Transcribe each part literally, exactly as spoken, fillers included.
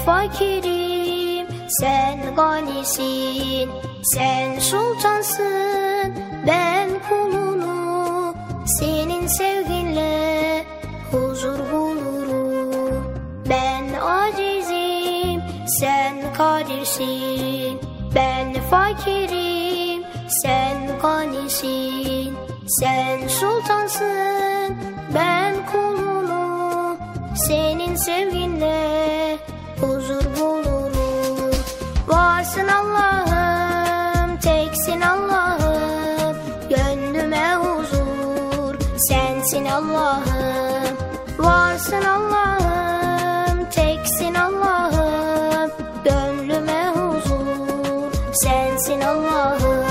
fakirim, sen ganisin, sen sultansın, ben kulunu, senin sevginle huzur bulurum. Ben acizim, sen kadirsin, ben fakirim, sen ganisin, sen sultansın, ben kulunu, senin sevginle huzur bulurum. Varsın Allah'ım, teksin Allah'ım, gönlüme huzur, sensin Allah'ım. Varsın Allah'ım, teksin Allah'ım, gönlüme huzur, sensin Allah'ım.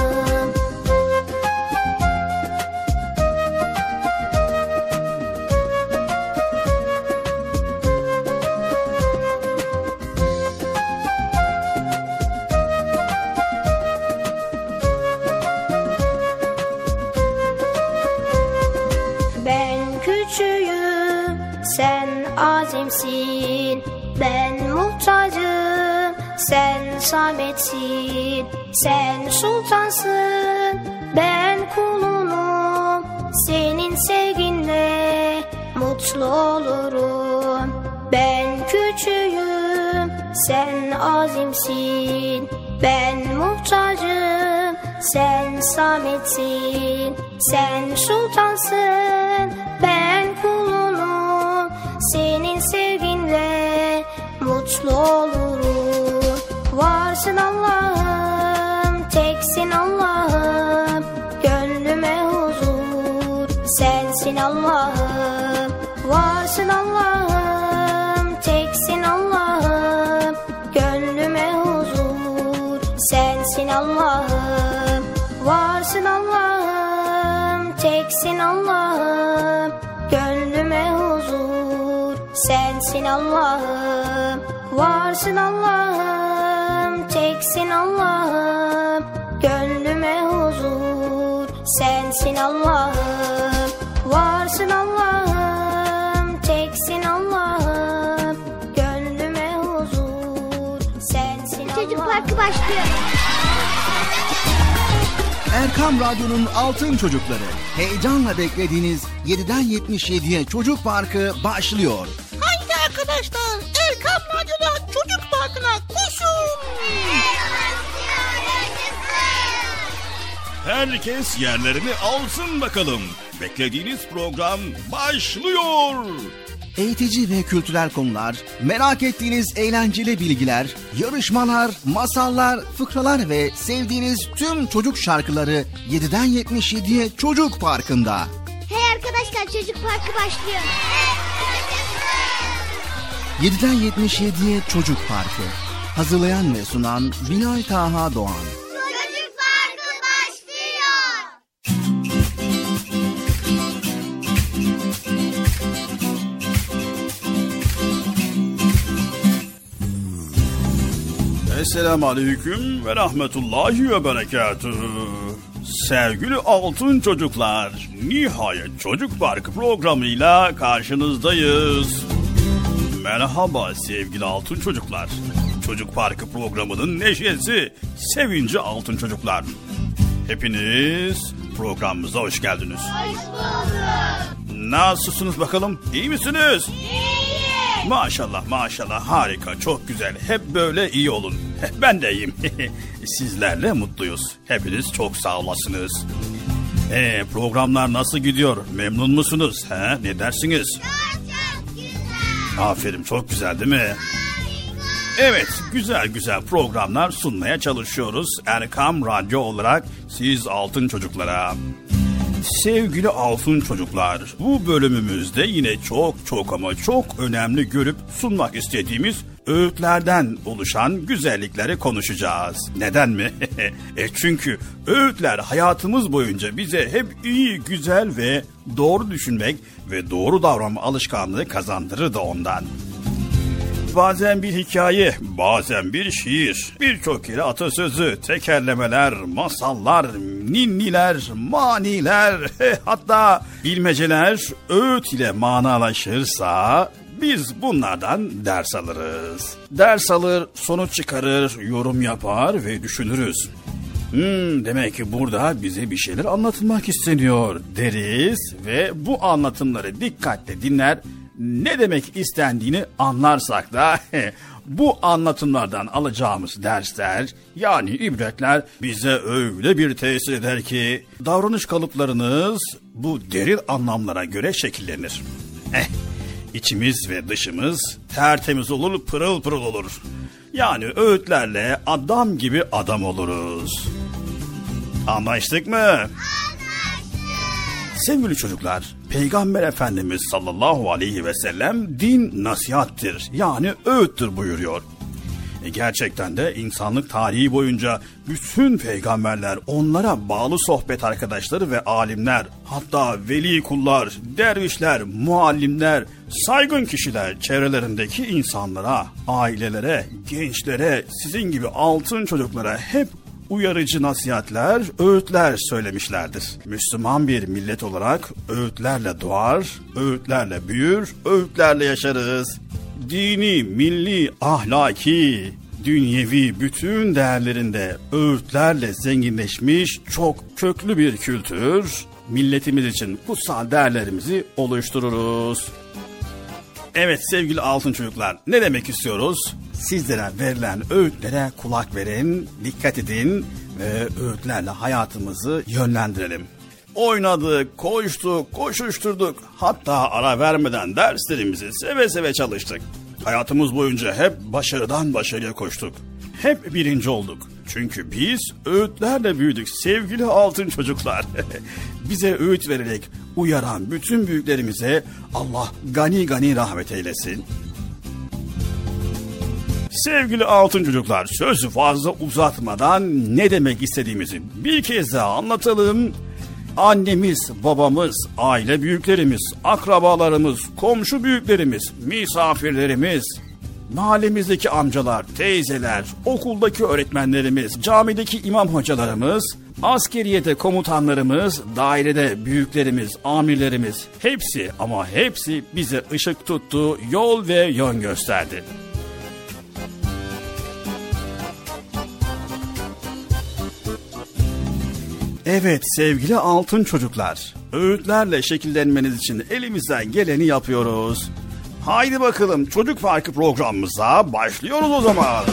Sen azimsin, ben muhtacım, sen sametsin, sen sultansın, ben kulunum, senin sevginle mutlu olurum. Ben küçüğüm, sen azimsin, ben muhtacım, sen sametsin, sen sultansın, ben kulunum, senin sevginle mutlu olurum. Varsın Allah'ım, teksin Allah'ım, gönlüme huzur, sensin Allah'ım. Varsın Allah'ım, teksin Allah'ım, gönlüme huzur, sensin Allah'ım. Varsın Allah'ım, teksin Allah'ım, gönlüme huzur, sensin Allah'ım. Varsın Allah'ım, teksin Allah'ım, gönlüme huzur, sensin Allah'ım. Varsın Allah'ım, teksin Allah'ım, gönlüme huzur, sensin Allah'ım. Çocuk Parkı başlıyor. Erkam Radyo'nun Altın Çocukları. Heyecanla beklediğiniz yediden yetmiş yediye Çocuk Parkı başlıyor. Haydi arkadaşlar, Erkam Radyo'da Çocuk Parkı'na koşun. Herkes yerlerini alsın bakalım. Beklediğiniz program başlıyor. Eğitici ve kültürel konular, merak ettiğiniz eğlenceli bilgiler, yarışmalar, masallar, fıkralar ve sevdiğiniz tüm çocuk şarkıları yediden yetmiş yediye Çocuk Parkı'nda. Hey arkadaşlar, Çocuk Parkı başlıyor. yediden yetmiş yediye Çocuk Parkı. Hazırlayan ve sunan Binay Taha Doğan. Çocuk Parkı başlıyor. Esselamu Aleyküm ve Rahmetullahi ve Berekatuhu. Sevgili altın çocuklar, nihayet Çocuk Parkı programıyla karşınızdayız. Merhaba sevgili altın çocuklar. Çocuk Parkı programının neşesi, sevinci altın çocuklar. Hepiniz programımıza hoş geldiniz. Hoş bulduk. Nasılsınız bakalım? İyi misiniz? İyi. Maşallah maşallah, harika, çok güzel. Hep böyle iyi olun. Ben de iyiyim. Sizlerle mutluyuz. Hepiniz çok sağ olasınız. Ee, programlar nasıl gidiyor? Memnun musunuz? He? Ne dersiniz? Çok çok güzel. Aferin, çok güzel değil mi? Evet, güzel güzel programlar sunmaya çalışıyoruz Erkam Radyo olarak siz altın çocuklara. Sevgili altın çocuklar, bu bölümümüzde yine çok çok ama çok önemli görüp sunmak istediğimiz öğütlerden oluşan güzellikleri konuşacağız. Neden mi? e çünkü öğütler hayatımız boyunca bize hep iyi, güzel ve doğru düşünmek ve doğru davranma alışkanlığı kazandırır da ondan. Bazen bir hikaye, bazen bir şiir, birçok kere atasözü, tekerlemeler, masallar, ninniler, maniler, hatta bilmeceler öğüt ile manalaşırsa Biz bunlardan ders alırız. Ders alır, sonuç çıkarır, yorum yapar ve düşünürüz. Hmm, demek ki burada bize bir şeyler anlatılmak isteniyor deriz ve bu anlatımları dikkatle dinler, ne demek istendiğini anlarsak da bu anlatımlardan alacağımız dersler, yani ibretler bize öyle bir tesir eder ki davranış kalıplarınız bu derin anlamlara göre şekillenir. Eh, içimiz ve dışımız tertemiz olur, pırıl pırıl olur. Yani öğütlerle adam gibi adam oluruz. Anlaştık mı? Anlaştık. Sevgili çocuklar, Peygamber Efendimiz sallallahu aleyhi ve sellem din nasihattir, yani öğüttür buyuruyor. E gerçekten de insanlık tarihi boyunca bütün peygamberler, onlara bağlı sohbet arkadaşları ve alimler, hatta veli kullar, dervişler, muallimler, saygın kişiler çevrelerindeki insanlara, ailelere, gençlere, sizin gibi altın çocuklara hep uyarıcı nasihatler, öğütler söylemişlerdir. Müslüman bir millet olarak öğütlerle doğar, öğütlerle büyür, öğütlerle yaşarız. Dini, milli, ahlaki, dünyevi bütün değerlerinde öğütlerle zenginleşmiş çok köklü bir kültür, milletimiz için kutsal değerlerimizi oluştururuz. Evet sevgili altın çocuklar, ne demek istiyoruz? Sizlere verilen öğütlere kulak verin, dikkat edin ve öğütlerle hayatımızı yönlendirelim. Oynadık, koştuk, koşuşturduk, hatta ara vermeden derslerimizi seve seve çalıştık. Hayatımız boyunca hep başarıdan başarıya koştuk. Hep birinci olduk. Çünkü biz öğütlerle büyüdük sevgili altın çocuklar. Bize öğüt vererek uyaran bütün büyüklerimize Allah gani gani rahmet eylesin. Sevgili altın çocuklar, sözü fazla uzatmadan ne demek istediğimizi bir kez daha anlatalım. Annemiz, babamız, aile büyüklerimiz, akrabalarımız, komşu büyüklerimiz, misafirlerimiz, mahallemizdeki amcalar, teyzeler, okuldaki öğretmenlerimiz, camideki imam hocalarımız, askeriyede komutanlarımız, dairede büyüklerimiz, amirlerimiz, hepsi ama hepsi bize ışık tuttu, yol ve yön gösterdi. Evet sevgili altın çocuklar, öğütlerle şekillenmeniz için elimizden geleni yapıyoruz. Haydi bakalım Çocuk Farkı programımıza başlıyoruz o zaman.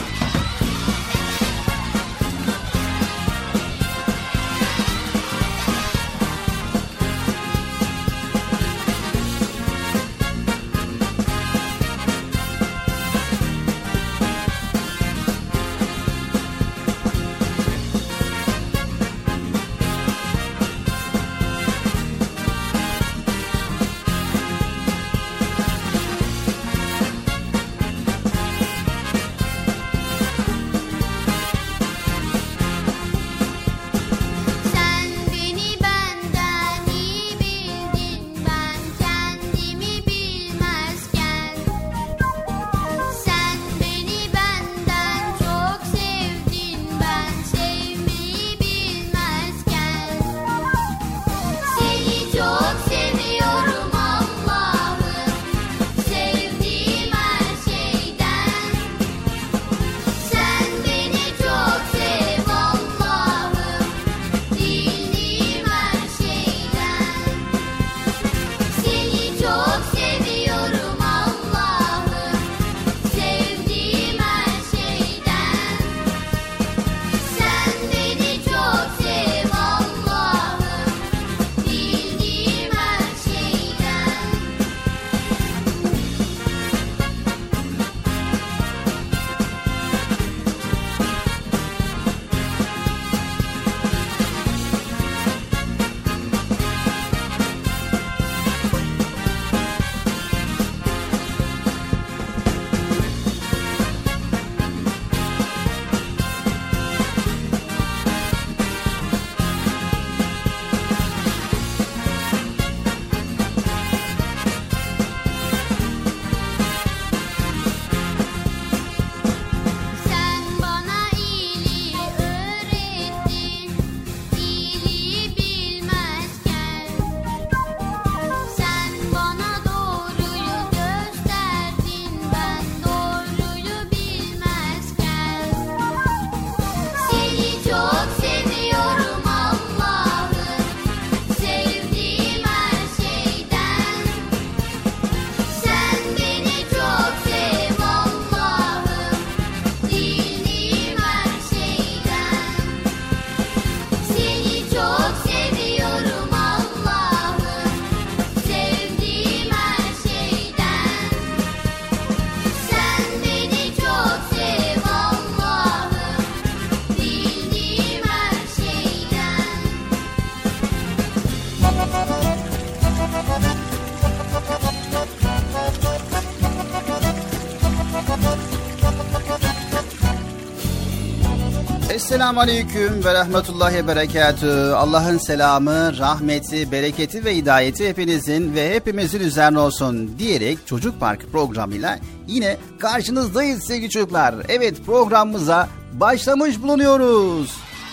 Esselamu Aleyküm ve Rahmetullahi ve Berekatühü. Allah'ın selamı, rahmeti, bereketi ve hidayeti hepinizin ve hepimizin üzerine olsun diyerek Çocuk Parkı programıyla yine karşınızdayız sevgili çocuklar. Evet, programımıza başlamış bulunuyoruz.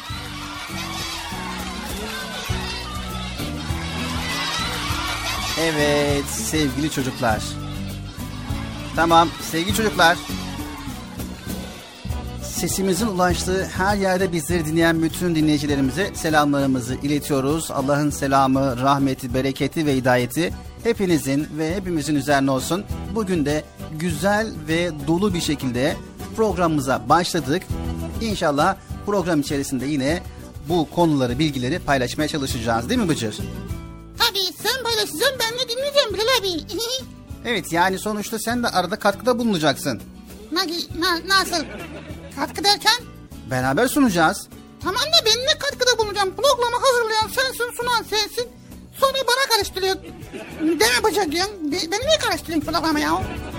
Evet sevgili çocuklar. Tamam sevgili çocuklar. Sesimizin ulaştığı her yerde bizleri dinleyen bütün dinleyicilerimize selamlarımızı iletiyoruz. Allah'ın selamı, rahmeti, bereketi ve hidayeti hepinizin ve hepimizin üzerine olsun. Bugün de güzel ve dolu bir şekilde programımıza başladık. İnşallah program içerisinde yine bu konuları, bilgileri paylaşmaya çalışacağız, değil mi Bıcır? Tabii, sen paylaşacaksın, ben de dinleyeceğim Bilal abi. Evet, yani sonuçta sen de arada katkıda bulunacaksın. Na, na, nasıl? Katkı derken? Beraber sunacağız. Tamam da ben ne katkıda bulunacağım? Programı hazırlayan sensin, sunan sensin. Sonra bana karıştırıyor. Deme bacak ya. Beni niye karıştırıyorsun programı ya?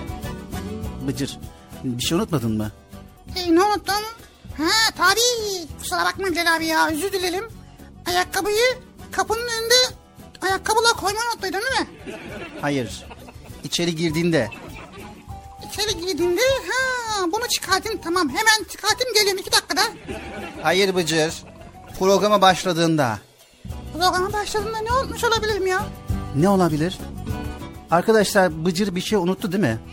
Bıcır, bir şey unutmadın mı? E, ne unuttum? Ha tabii. Kusura bakma Bilal abi ya, özür dilerim. Ayakkabıyı kapının önünde ayakkabıla koymayı unuttuydun değil mi? Hayır. İçeri girdiğinde. İçeri girdiğinde ha bunu çıkartayım, tamam hemen çıkartayım, geliyorum iki dakikada. Hayır Bıcır. Programa başladığında. Programa başladığında ne unutmuş olabilirim ya? Ne olabilir? Arkadaşlar, Bıcır bir şey unuttu değil mi?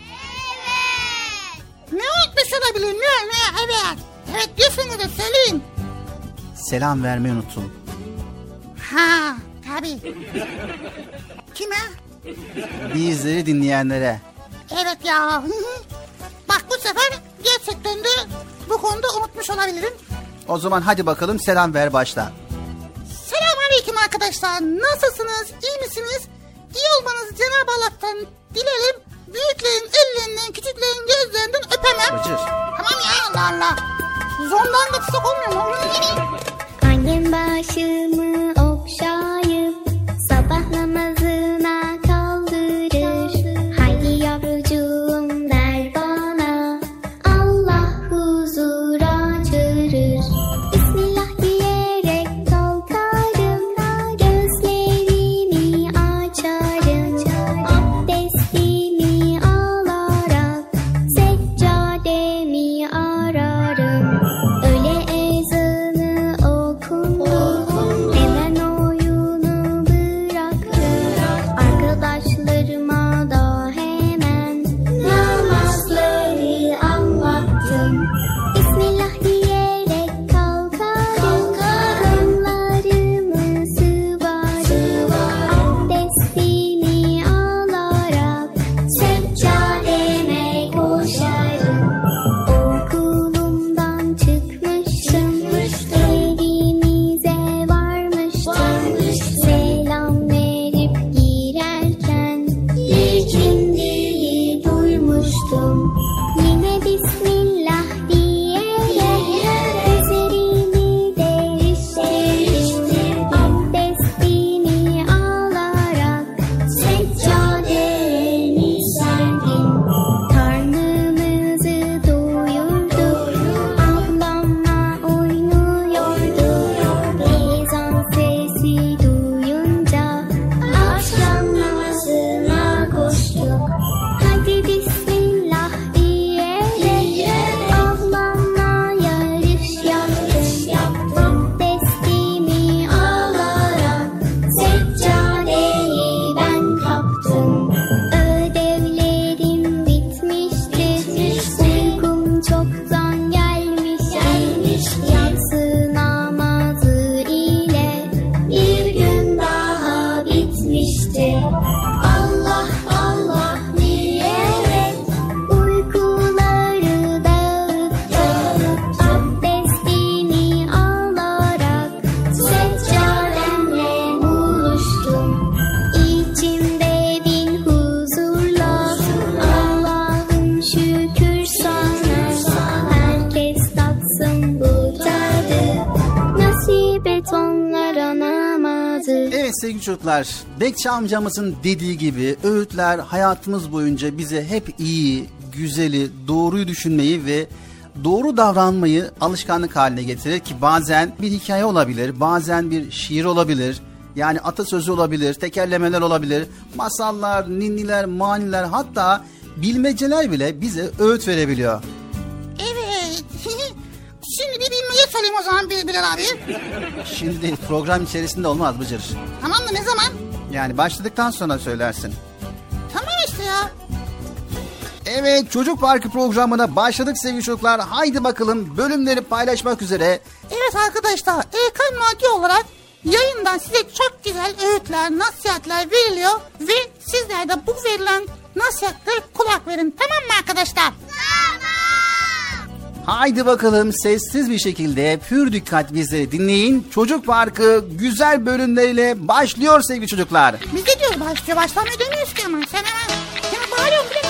Evet. Ne unutmuş olabilir? Ne ne evet. Evet diyorsunuz da söyleyin. Selam vermeyi unuttun. Ha tabii. Kime? Bizleri dinleyenlere. Evet ya. Bak bu sefer gerçekten de bu konuda unutmuş olabilirim. O zaman hadi bakalım, selam ver, başla. Selamünaleyküm arkadaşlar. Nasılsınız? İyi misiniz? İyi olmanızı Cenab-ı Allah'tan dilerim. Büyüklerin ellerinden, küçüklerin gözlerinden öpemem. Bıcır. Tamam ya, Allah Allah. Zondan da tutsak olmuyor mu? Annem başımı okşayıp sabah namazına kaldırır. Haydi yavrucuğum der bana, Allah huzura çağırır. Bismillah diyerek kalkarım, gözlerimi açarım. Abdestimi alarak seccademi ararım. Öyle ezanı okundu, hemen oyunu bıraktım. Arkadaşlarıma da hemen namazları anlattım. Bismillah diyerek kalkarım, kollarımı sıvarım. Abdestimi alarak seccademe koşarım. Okulumdan çıkmıştım, evimize varmıştım. Selam verip girerken ikindiyi duymuştum. Yine Bismillah diyerek üzerimi değiştirdim. Abdestimi alarak seccademi serdim. Karnımızı doyurduk, ablamla oynuyorduk. Ezan sesi duyunca akşam namazına koştuk. Hadi Bismillah diyerek ablamla yarış yaptık. Abdestimi alarak seccadeyi ben kaptım. Ödevlerim bitmişti, uykum çoktan gelmişti. Yatsı namazı ile bir gün daha bitmişti. Allah Allah diyerek uykuları dağıttım. Abdestimi alarak seccademle buluştum. İçimde bin huzurla Allah'ım şükür sana. Herkes tatsın bu tadı, nasip et onlara namazı. Evet sevgili çocuklar, Bekçi amcamızın dediği gibi öğütler hayatımız boyunca bize hep iyi, güzeli, doğruyu düşünmeyi ve doğru davranmayı alışkanlık haline getirir ki bazen bir hikaye olabilir, bazen bir şiir olabilir. Yani atasözü olabilir, tekerlemeler olabilir, masallar, ninniler, maniler, hatta bilmeceler bile bize öğüt verebiliyor. Evet. Şimdi bir bilmece söyleyeyim o zaman Bilal abi. Şimdi değil, program içerisinde olmaz Bıcır. Tamam da ne zaman? Yani başladıktan sonra söylersin. Tamam işte ya. Evet, Çocuk Parkı programına başladık sevgili çocuklar. Haydi bakalım bölümleri paylaşmak üzere. Evet arkadaşlar, Erkam Radyo olarak yayından size çok güzel öğütler, nasihatler veriliyor ve sizler de bu verilen nasihatlere kulak verin. Tamam mı arkadaşlar? Haydi bakalım sessiz bir şekilde pür dikkat bizi dinleyin. Çocuk Parkı güzel bölümleriyle başlıyor sevgili çocuklar. Biz de diyoruz başlıyor, başlamıyor demiyoruz ki ama sen hemen, hemen bağırıyorsun bile.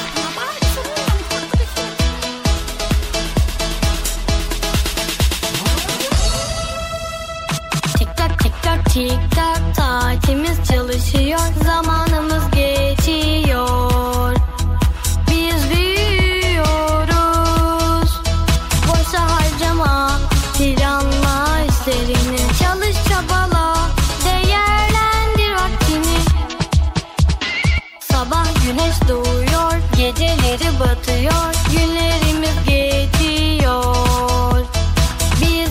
Tik tak tik tak tik tak saatimiz çalışıyor, zamanımız geçiyor. Biz büyüyoruz. Boşa harcama, planla işlerini, çalış çabala, değerlendir vaktini. Sabah güneş doğuyor, geceleri batıyor, günlerimiz geçiyor. Biz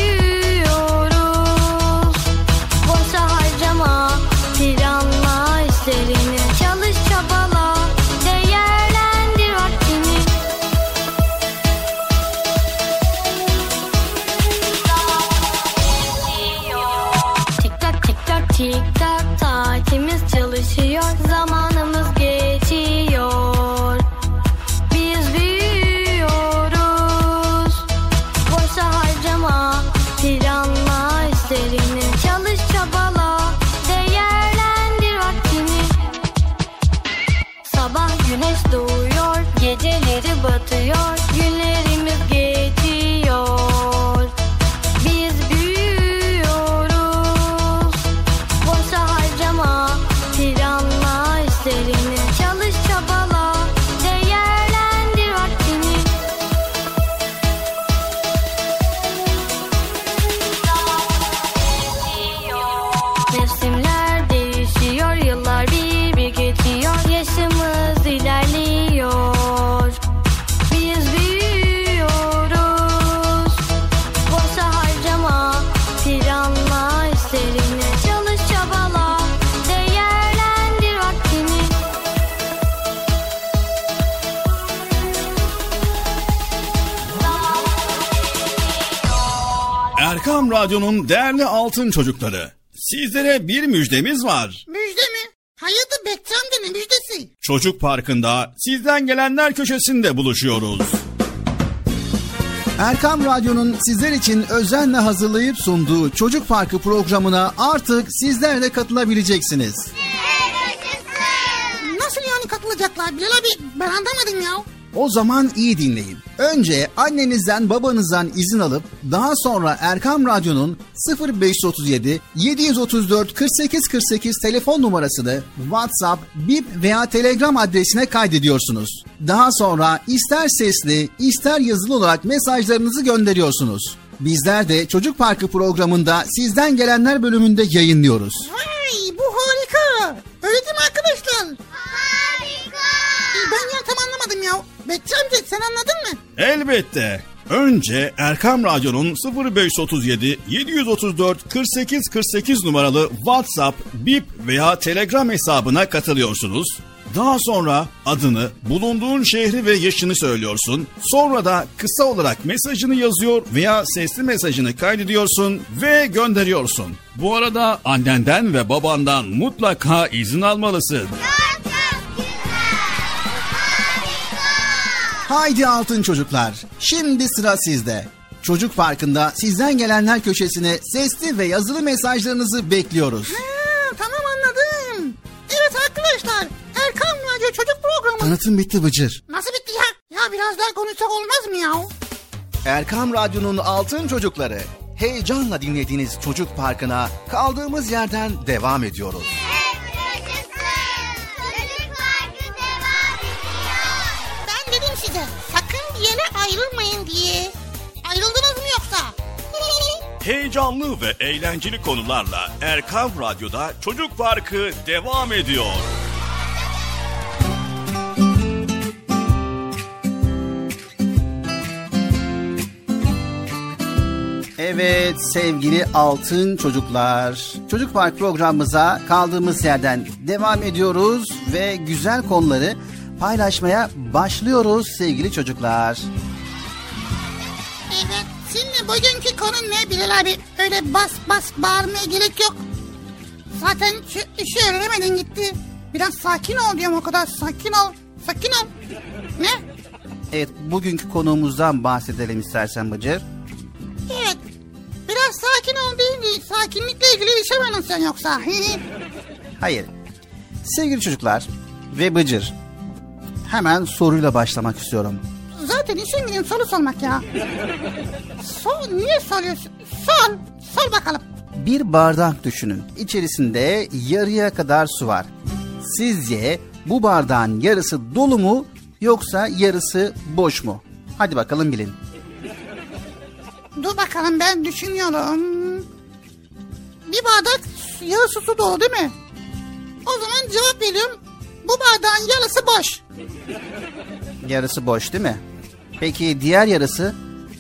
büyüyoruz. Boşa harcama, planla işlerini, çalış çabala, değerlendir vaktini. Tik tak tik tak tik tak saatimiz çalışıyor, zamanımız geçiyor. Biz büyüyoruz. Boşa harcama, planla işlerini, çalış çabala, değerlendir vaktini. Sabah güneş doğuyor, geceleri batıyor, günlerimiz geçiyor. Biz büyüyoruz. Boşa harcama, planla işlerini, çalış çabala, değerlendir vaktini. Mevsimler değişiyor, yıllar bir bir geçiyor, yaşımız ilerliyor. Biz büyüyoruz. Boşa harcama, planla işlerini, çalış çabala, değerlendir vaktini. Erkam Radyo'nun değerli altın çocukları, sizlere bir müjdemiz var. Müjde mi? Hayırdır Bekçam ne müjdesi? Çocuk Parkı'nda sizden gelenler köşesinde buluşuyoruz. Erkam Radyo'nun sizler için özenle hazırlayıp sunduğu Çocuk Parkı programına artık sizler de katılabileceksiniz. Nasıl yani katılacaklar Bilal abi? Ben anlamadım ya. O zaman iyi dinleyin. Önce annenizden babanızdan izin alıp daha sonra Erkam Radyo'nun sıfır beş otuz yedi yedi otuz dört kırk sekiz kırk sekiz telefon numarasını WhatsApp, Bip veya Telegram adresine kaydediyorsunuz. Daha sonra ister sesli ister yazılı olarak mesajlarınızı gönderiyorsunuz. Bizler de Çocuk Parkı programında sizden gelenler bölümünde yayınlıyoruz. Vay bu harika. Öyle değil mi arkadaşlar? Harika. Ben ya tam anlamadım ya. Bekçi amca sen anladın mı? Elbette. Önce Erkam Radyo'nun sıfır beş otuz yedi yedi otuz dört kırk sekiz kırk sekiz numaralı WhatsApp, Bip veya Telegram hesabına katılıyorsunuz. Daha sonra adını, bulunduğun şehri ve yaşını söylüyorsun. Sonra da kısa olarak mesajını yazıyor veya sesli mesajını kaydediyorsun ve gönderiyorsun. Bu arada annenden ve babandan mutlaka izin almalısın. Haydi altın çocuklar, şimdi sıra sizde. Çocuk Parkı'nda sizden gelenler köşesine sesli ve yazılı mesajlarınızı bekliyoruz. Ha, tamam anladım. Evet arkadaşlar, Erkam Radyo Çocuk Programı. Tanıtım bitti Bıcır. Nasıl bitti ya? Ya biraz daha konuşsak olmaz mı ya? Erkam Radyo'nun altın çocukları, heyecanla dinlediğiniz Çocuk Parkı'na kaldığımız yerden devam ediyoruz. Ben dedim size, sakın bir yere ayrılmayın. yapmayın diye. Ayrıldınız mı yoksa? Heyecanlı ve eğlenceli konularla Erkam Radyo'da Çocuk Parkı devam ediyor. Evet sevgili altın çocuklar, Çocuk Park programımıza kaldığımız yerden devam ediyoruz ve güzel konuları paylaşmaya başlıyoruz sevgili çocuklar. Evet, şimdi bugünkü konu ne Bilal abi? Öyle bas bas bağırmaya gerek yok. Zaten şu işi öğrenemedin gitti. Biraz sakin ol diyorum, o kadar sakin ol. Sakin ol. Ne? Evet, bugünkü konuğumuzdan bahsedelim istersen Bıcır. Evet. Biraz sakin ol deyince sakinlikle ilgili bir şey mi anlatsan yoksa? Hayır. Sevgili çocuklar ve Bıcır, hemen soruyla başlamak istiyorum. Zaten işin gücün soru sormak ya. Sor, niye soruyorsun? Sor, sor bakalım. Bir bardak düşünün. İçerisinde yarıya kadar su var. Sizce bu bardağın yarısı dolu mu yoksa yarısı boş mu? Hadi bakalım bilin. Dur bakalım, ben düşünüyorum. Bir bardak yarısı su dolu değil mi? O zaman cevap veriyorum. Bu bardağın yarısı boş. Yarısı boş değil mi? Peki diğer yarısı?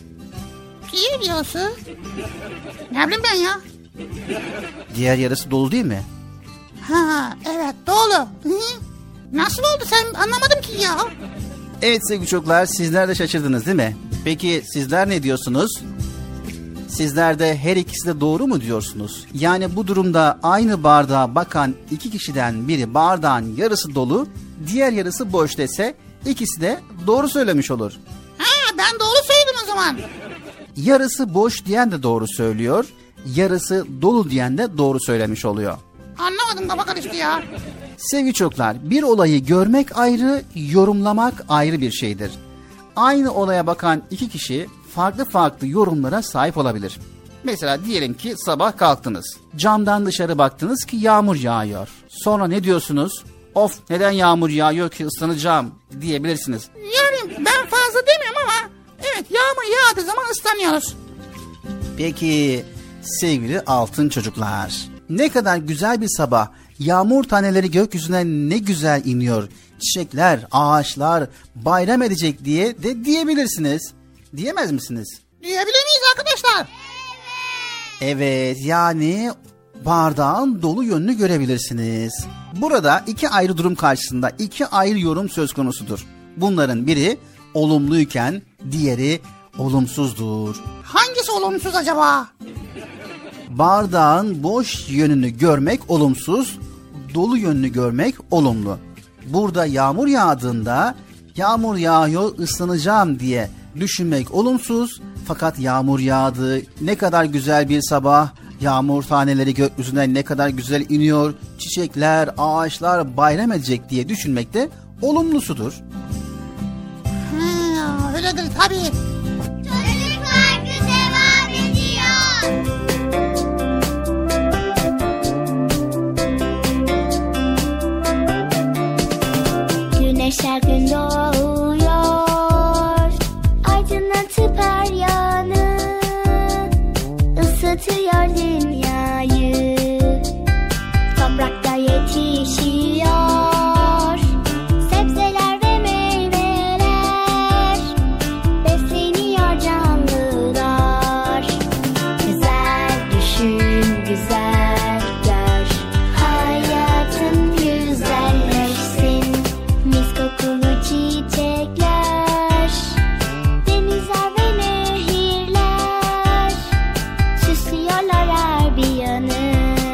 Diğer yarısı? Ne bileyim ben ya? Diğer yarısı dolu değil mi? Ha evet, dolu. Hı? Nasıl oldu, sen anlamadım ki ya. Evet sevgili çocuklar, sizler de şaşırdınız değil mi? Peki sizler ne diyorsunuz? Sizler de her ikisi de doğru mu diyorsunuz? Yani bu durumda aynı bardağa bakan iki kişiden biri bardağın yarısı dolu, diğer yarısı boş dese ikisi de doğru söylemiş olur. Ha, ben doğru söyledim o zaman. Yarısı boş diyen de doğru söylüyor, yarısı dolu diyen de doğru söylemiş oluyor. Anlamadım, kafa karıştı ya. Sevgili çocuklar, bir olayı görmek ayrı, yorumlamak ayrı bir şeydir. Aynı olaya bakan iki kişi farklı farklı yorumlara sahip olabilir. Mesela diyelim ki sabah kalktınız. Camdan dışarı baktınız ki yağmur yağıyor. Sonra ne diyorsunuz? Of, neden yağmur yağıyor ki, ıslanacağım diyebilirsiniz. Yani ben fazla demiyorum ama evet, yağmur yağdığı zaman ıslanıyoruz. Peki sevgili altın çocuklar, ne kadar güzel bir sabah. Yağmur taneleri gökyüzüne ne güzel iniyor. Çiçekler, ağaçlar bayram edecek diye de diyebilirsiniz. Diyemez misiniz? Diyebilir miyiz arkadaşlar? Evet, yani bardağın dolu yönünü görebilirsiniz. Burada iki ayrı durum karşısında iki ayrı yorum söz konusudur. Bunların biri olumluyken diğeri olumsuzdur. Hangisi olumsuz acaba? Bardağın boş yönünü görmek olumsuz, dolu yönünü görmek olumlu. Burada yağmur yağdığında yağmur yağıyor, ıslanacağım diye düşünmek olumsuz. Fakat yağmur yağdı, ne kadar güzel bir sabah, yağmur taneleri gökyüzüne ne kadar güzel iniyor, çiçekler, ağaçlar bayram edecek diye düşünmek de olumlusudur. Ha, öyledir tabii. Çocuk Parkı devam ediyor. Güneş her gün doğuyor, aydınlatıp her yanı, ısıtıyor dünyayı. Toprakta yetişiyor sebzeler ve meyveler, besleniyor canlılar. Güzel düşün, güzel gör, hayatın güzelleşsin. Mis kokulu çiçekler, denizler ve nehirler, süslüyorlar her bir yanı.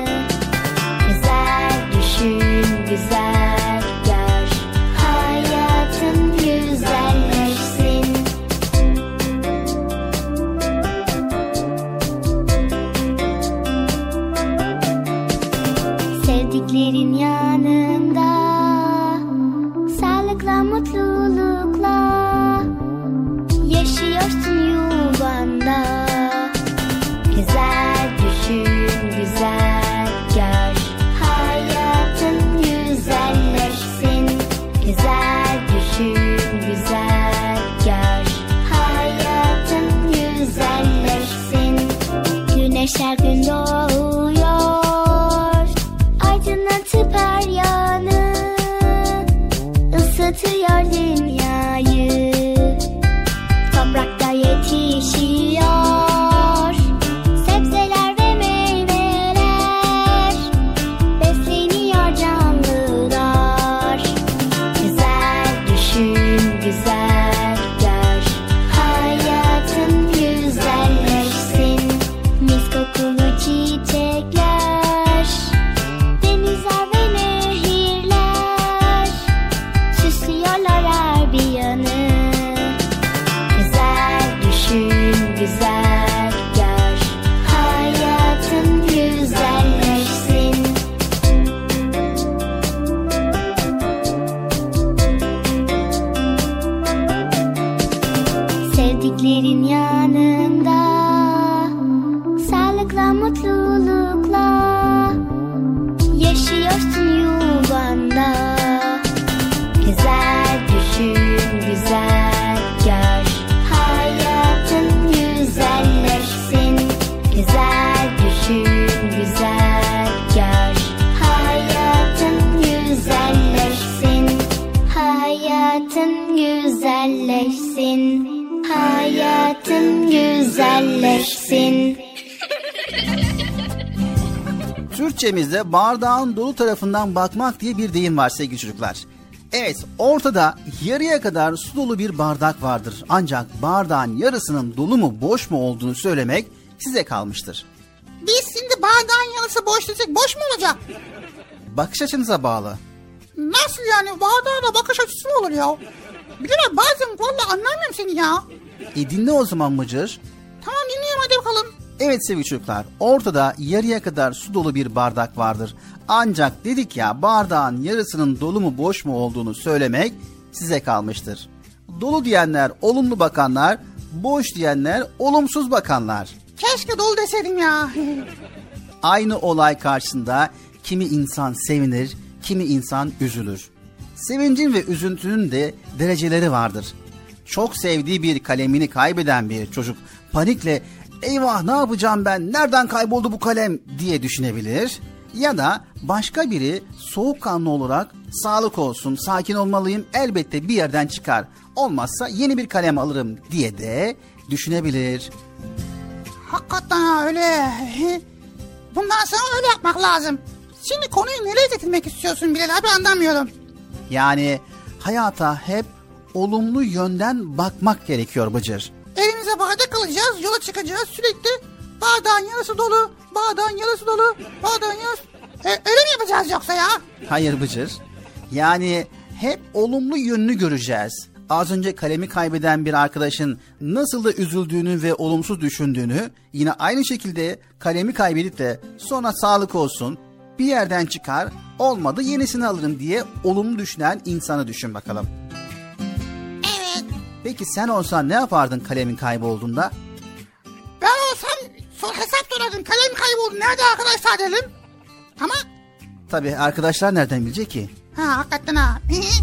Güzel düşün, güzel gör, hayatın güzelleşsin. Sevdiklerin yanında, sağlıkla, mutlulukla yaşıyorsun yuvanda. Güzel düşün, güzel gör, hayatın güzelleşsin. Güzel düşün, güzel gör, hayatın güzelleşsin. Türkçemizde bardağın dolu tarafından bakmak diye bir deyim var sevgili çocuklar. Evet, ortada yarıya kadar su dolu bir bardak vardır. Ancak bardağın yarısının dolu mu boş mu olduğunu söylemek size kalmıştır. Biz şimdi bardağın yarısı boş desek boş mu olacak? Bakış açınıza bağlı. Nasıl yani? Bardağına bakış açısı mı olur ya? Bilal bazen vallahi anlamıyorum seni ya. E dinle o zaman Mıcır. Tamam dinliyorum hadi bakalım. Evet sevgili çocuklar, ortada yarıya kadar su dolu bir bardak vardır. Ancak dedik ya, bardağın yarısının dolu mu boş mu olduğunu söylemek size kalmıştır. Dolu diyenler olumlu bakanlar, boş diyenler olumsuz bakanlar. Keşke dolu deseydim ya. Aynı olay karşısında kimi insan sevinir, kimi insan üzülür. Sevincin ve üzüntünün de dereceleri vardır. Çok sevdiği bir kalemini kaybeden bir çocuk panikle "Eyvah, ne yapacağım ben, nereden kayboldu bu kalem?" diye düşünebilir. Ya da başka biri soğukkanlı olarak "Sağlık olsun, sakin olmalıyım, elbette bir yerden çıkar, olmazsa yeni bir kalem alırım" diye de düşünebilir. Hakikaten ha, öyle. Bundan sonra öyle yapmak lazım. Şimdi konuyu nereye getirmek istiyorsun Bilal abi, anlamıyorum. Yani hayata hep olumlu yönden bakmak gerekiyor Bıcır. Elimize bardak alacağız, yola çıkacağız sürekli. Bardağın yarısı dolu, bardağın yarısı dolu, bardağın yarısı... E, öyle mi yapacağız yoksa ya? Hayır Bıcır. Yani hep olumlu yönünü göreceğiz. Az önce kalemi kaybeden bir arkadaşın nasıl da üzüldüğünü ve olumsuz düşündüğünü, yine aynı şekilde kalemi kaybedip de sonra "Sağlık olsun, bir yerden çıkar, olmadı yenisini alırım" diye olumlu düşünen insanı düşün bakalım. Evet. Peki sen olsan ne yapardın kalemin kaybolduğunda? Ben olsam sor, hesap sorardım. Kalem kayboldu, nerede arkadaşlar derim. Ama... Tabii arkadaşlar nereden bilecek ki? Ha hakikaten ha.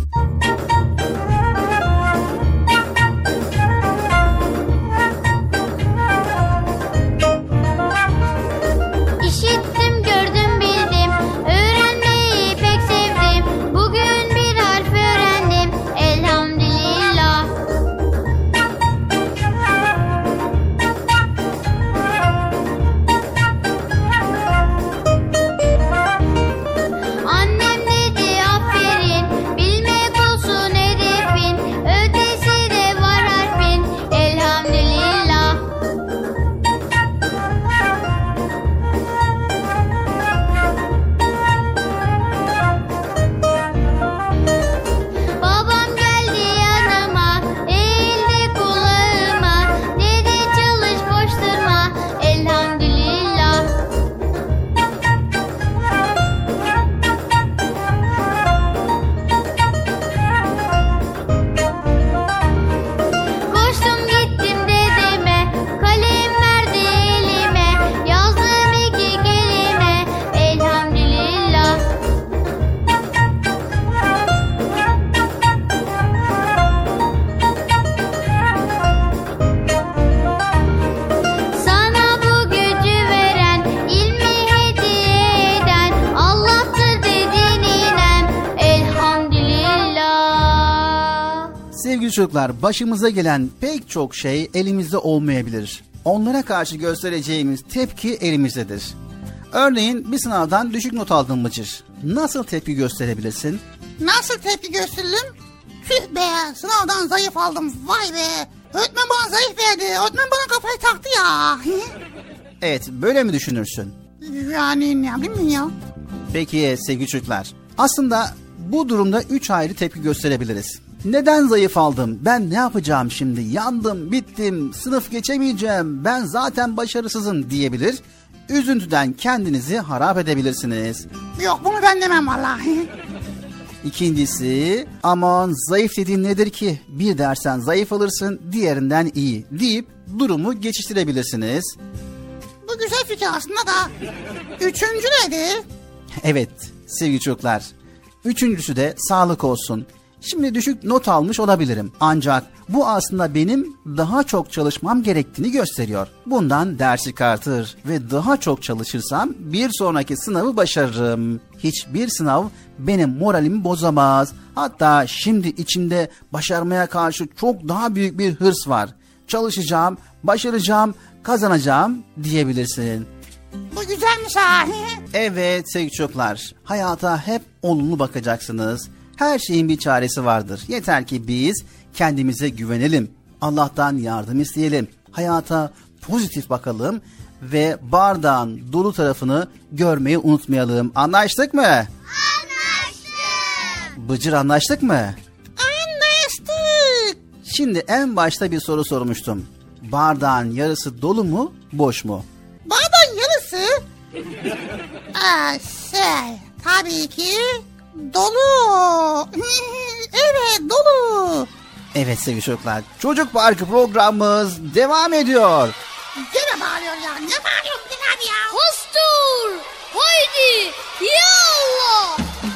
İşittim, gördüm, bildim. Öğrenmeyi pek sevdim. Bugün bir harf öğrendim. Elhamdülillah. Annem dedi aferin. Bilmek olsun hedefin. Ötesi de var harfin. Elhamdülillah. Babam geldi yanıma, eğildi kulağıma, dedi çalış boş durma, elhamdülillah. Koştum gittim dedeme, kalem verdi elime, yazdım iki kelime, elhamdülillah. Sana bu gücü veren, ilmi hediye eden Allah'tır dedin inem, elhamdülillah. Sevgili çocuklar, başımıza gelen pek çok şey elimizde olmayabilir. Onlara karşı göstereceğimiz tepki elimizdedir. Örneğin bir sınavdan düşük not aldın Mıcır. Nasıl tepki gösterebilirsin? Nasıl tepki gösteririm? Tüh be, sınavdan zayıf aldım, vay be. Öğretmen bana zayıf verdi, öğretmen bana kafayı taktı ya. Evet, böyle mi düşünürsün? Yani ne bileyim ya. Peki sevgili çocuklar, aslında bu durumda üç ayrı tepki gösterebiliriz. Neden zayıf aldım? Ben ne yapacağım şimdi? Yandım, bittim, sınıf geçemeyeceğim, ben zaten başarısızım diyebilir. Üzüntüden kendinizi harap edebilirsiniz. Yok, bunu ben demem vallahi. İkincisi, aman zayıf dediğin nedir ki? Bir dersen zayıf alırsın, diğerinden iyi deyip durumu geçiştirebilirsiniz. Bu güzel fikir aslında da. Üçüncü nedir? Evet sevgili çocuklar. Üçüncüsü de sağlık olsun. Şimdi düşük not almış olabilirim. Ancak bu aslında benim daha çok çalışmam gerektiğini gösteriyor. Bundan ders çıkartır ve daha çok çalışırsam bir sonraki sınavı başarırım. Hiçbir sınav benim moralimi bozamaz. Hatta şimdi içimde başarmaya karşı çok daha büyük bir hırs var. Çalışacağım, başaracağım, kazanacağım diyebilirsin. Bu güzelmiş ha. Evet sevgili çocuklar, hayata hep olumlu bakacaksınız. Her şeyin bir çaresi vardır. Yeter ki biz kendimize güvenelim. Allah'tan yardım isteyelim. Hayata pozitif bakalım ve bardağın dolu tarafını görmeyi unutmayalım. Anlaştık mı? Anlaştık. Bıcır, anlaştık mı? Anlaştık. Şimdi en başta bir soru sormuştum. Bardağın yarısı dolu mu, boş mu? Bardağın yarısı? Aa, şey, tabii ki dolu. Evet, dolu. Evet sevgili çocuklar, Çocuk Parkı programımız devam ediyor. Gene bağırıyor ya. Ne bağırıyorsun Bilal ya? Hostur! Haydi! Yallah!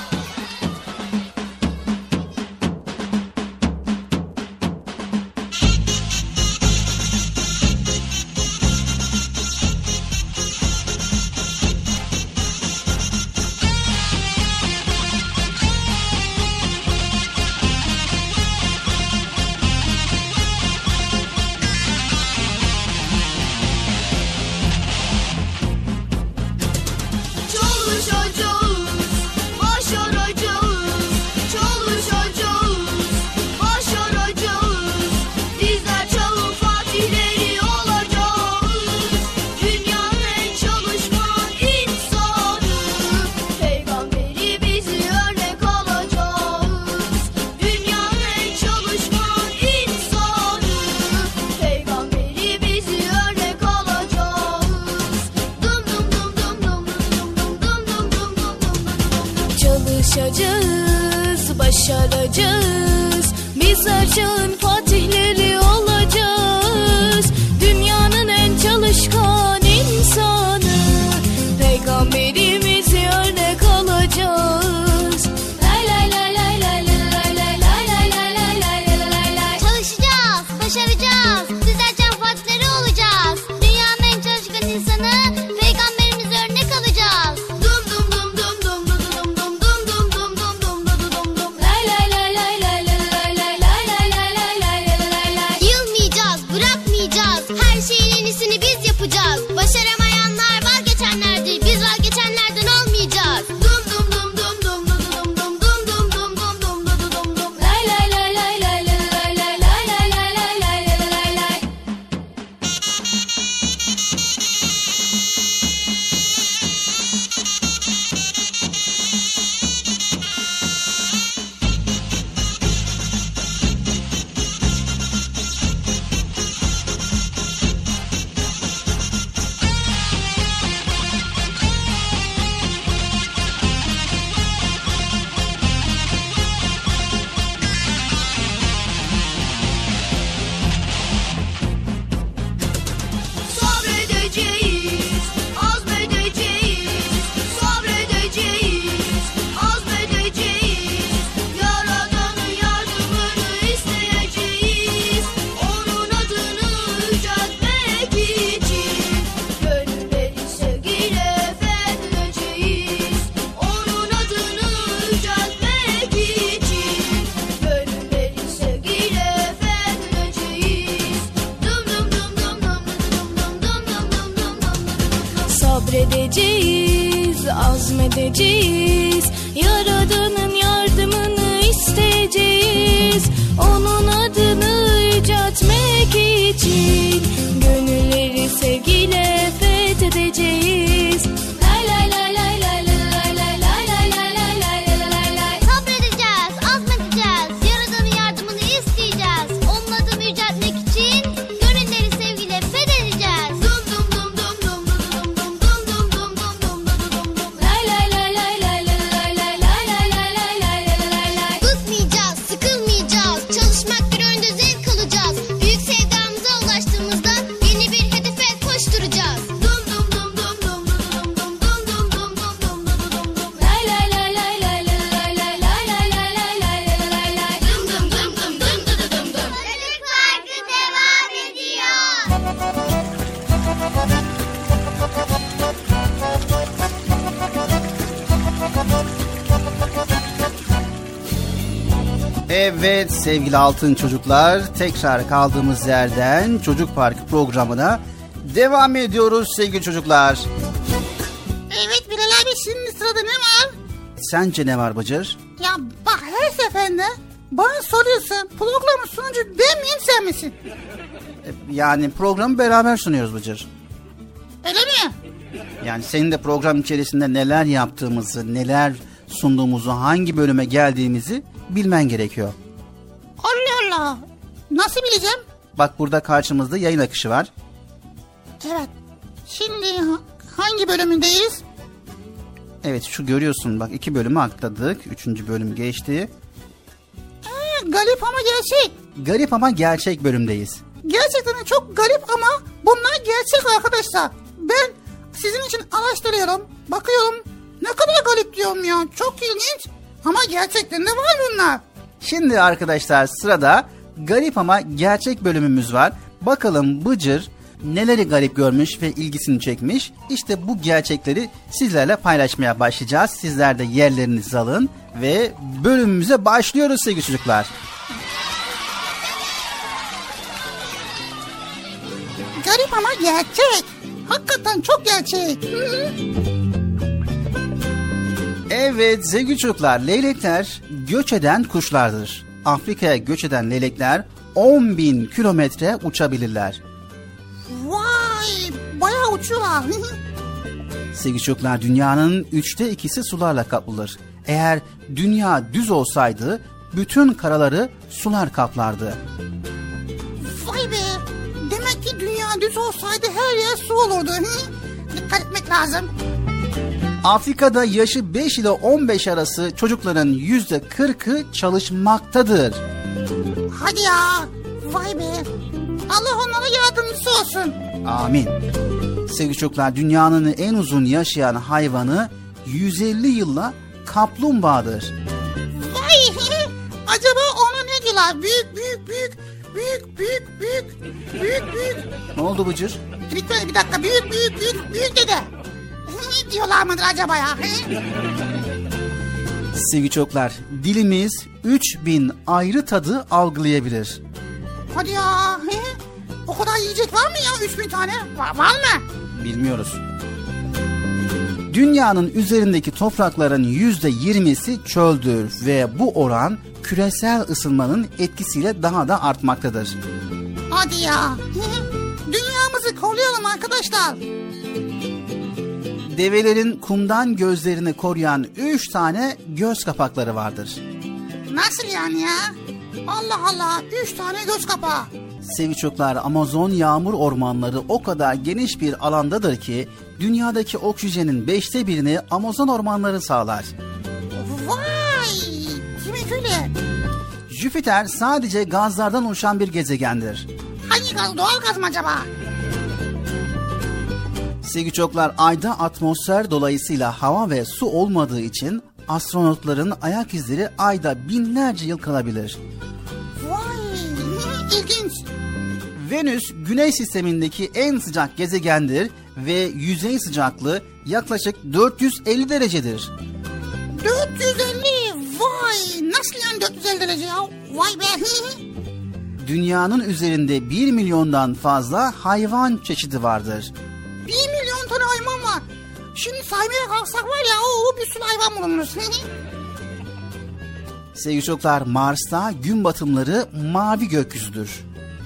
Çalışacağız, başaracağız. Bizler çağın fatihleri olacağız. Dünyanın en çalışkan insanı, Peygamberimizi örnek alacağız. Lay lay lay lay lay lay lay lay lay lay lay lay lay lay. Çalışacağız, başaracağız. Bizler çağın fatihleri olacağız. Dünyanın en çalışkan insanı, Peygamberimizi örnek alacağız. Başaramayanlar vazgeçenlerdir. Biz vazgeçenlerden olmayacağız. Dum dum dum dum dum dum dum dum dum dum dum dum dum dum dum. Lay lay lay lay lay lay lay lay lay lay lay lay lay lay lay. Sabredeceğiz, azmedeceğiz. Yaradanın yardımını isteyeceğiz. Onun adını yüceltmek için gönülleri sevgiyle fethedeceğiz. Lay lay lay lay lay lay lay lay lay lay lay lay lay. Sabredeceğiz, azmedeceğiz. Yaradanın yardımını isteyeceğiz. Onun adını yüceltmek için gönülleri sevgiyle fethedeceğiz. Dum dum dum dum dum dum dum dum dum dum dum dum dum dum. Lay lay lay lay lay lay lay lay lay lay lay lay lay lay lay. Bıkmayacağız, sıkılmayacağız. Çalışmak bir önde zevk alacağız. Büyük sevdamıza ulaştığımızda yeni bir hedefe koşturacağız. Dum dum dum dum dum dum dum dum Evet sevgili altın çocuklar, tekrar kaldığımız yerden Çocuk Parkı programına devam ediyoruz sevgili çocuklar. Evet Bilal abi, şimdi sırada ne var? Sence ne var Bıcır? Ya bak, her seferinde bana soruyorsun, programın sunucu ben miyim sen misin? Yani programı beraber sunuyoruz Bıcır. Öyle mi? Yani senin de program içerisinde neler yaptığımızı, neler sunduğumuzu, hangi bölüme geldiğimizi bilmen gerekiyor. Allah Allah. Nasıl bileceğim? Bak burada karşımızda yayın akışı var. Evet. Şimdi hangi bölümündeyiz? Evet, şu görüyorsun bak, iki bölümü atladık. Üçüncü bölüm geçti. Ee, garip ama gerçek. Garip ama gerçek bölümdeyiz. Gerçekten çok garip ama bunlar gerçek arkadaşlar. Ben sizin için araştırıyorum, bakıyorum. Ne kadar garip diyorum ya. Çok ilginç. Ama gerçekten de var bunlar. Şimdi arkadaşlar sırada garip ama gerçek bölümümüz var. Bakalım Bıcır neleri garip görmüş ve ilgisini çekmiş. İşte bu gerçekleri sizlerle paylaşmaya başlayacağız. Sizler de yerlerinizi alın ve bölümümüze başlıyoruz sevgili çocuklar. Garip ama gerçek. Hakikaten çok gerçek. Evet sevgili çocuklar, leylekler göç eden kuşlardır. Afrika'ya göç eden leylekler on bin kilometre uçabilirler. Vay, bayağı uçuyorlar. Sevgili çocuklar, dünyanın üçte ikisi sularla kaplıdır. Eğer dünya düz olsaydı bütün karaları sular kaplardı. Vay be, demek ki dünya düz olsaydı her yer su olurdu. Dikkat etmek lazım. Afrika'da yaşı beş ile on beş arası çocukların yüzde kırkı çalışmaktadır. Hadi ya, vay be. Allah onlara yardımcısı olsun. Amin. Sevgili çocuklar, dünyanın en uzun yaşayan hayvanı yüz elli yılla kaplumbağadır. Vay, acaba ona ne diyorlar? Büyük büyük büyük büyük büyük büyük büyük büyük. Ne oldu Bıcır? Bitmedi, bir dakika, büyük büyük büyük büyük dede. Ne diyorlar mıdır acaba ya? Sevgili çocuklar, dilimiz üç bin ayrı tadı algılayabilir. Hadi ya, o kadar yiyecek var mı ya, üç bin tane? Var, var mı? Bilmiyoruz. Dünyanın üzerindeki toprakların yüzde yirmisi çöldür ve bu oran küresel ısınmanın etkisiyle daha da artmaktadır. Hadi ya, dünyamızı koruyalım arkadaşlar. Develerin kumdan gözlerini koruyan üç tane göz kapakları vardır. Nasıl yani ya? Allah Allah, üç tane göz kapağı. Sevgili çocuklar, Amazon yağmur ormanları o kadar geniş bir alandadır ki dünyadaki oksijenin beşte birini Amazon ormanları sağlar. Vay, demek öyle. Jüpiter sadece gazlardan oluşan bir gezegendir. Hangi gaz, doğal gaz mı acaba? Sevgili çocuklar, ayda atmosfer dolayısıyla hava ve su olmadığı için astronotların ayak izleri ayda binlerce yıl kalabilir. Vay, ilginç. Venüs güneş sistemindeki en sıcak gezegendir ve yüzey sıcaklığı yaklaşık dört yüz elli derecedir. dört yüz elli, vay, nasıl yani dört yüz elli derece ya? Vay be. Dünyanın üzerinde bir milyondan fazla hayvan çeşidi vardır. Bir milyon tane hayvan var. Şimdi saymaya kalksak var ya, o bir sürü hayvan bulunur. Sevgili çocuklar, Mars'ta gün batımları mavi gökyüzüdür.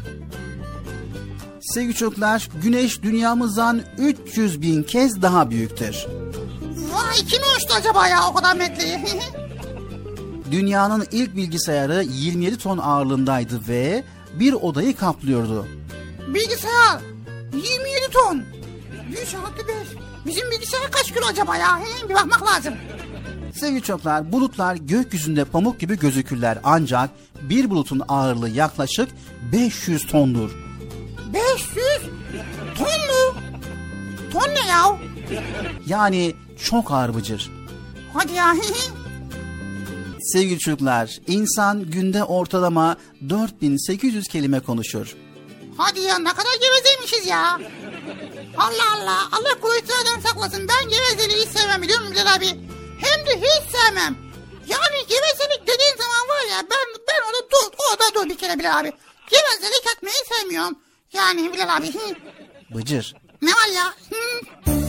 Sevgili çocuklar, Güneş dünyamızdan üç yüz bin kez daha büyüktür. Vay, kim ölçtü acaba ya o kadar metreyi? Dünyanın ilk bilgisayarı yirmi yedi ton ağırlığındaydı ve bir odayı kaplıyordu. Bilgisayar yirmi yedi ton. yüz artı beş. Bizim bilgisayar kaç kilo acaba ya? He, bir bakmak lazım. Sevgili çocuklar, bulutlar gökyüzünde pamuk gibi gözükürler ancak bir bulutun ağırlığı yaklaşık beş yüz tondur. beş yüz ton mu? Ton ne ya? Yani çok ağır Bıcır. Hadi ya. Sevgili çocuklar, insan günde ortalama dört bin sekiz yüz kelime konuşur. Hadi ya, ne kadar gevezeymişiz ya. Allah Allah, Allah kuvvetlerden saklasın. Ben gevezeliği hiç sevmem, biliyor musun Bilal abi? Hem de hiç sevmem. Yani gevezelik dediğin zaman var ya, ben ben Sen orada dur, orada dur bir kere Bilal abi. Gevezelik etmeyi sevmiyorum. Yani Bilal abi. Hı. Bıcır. Ne var ya? Hı.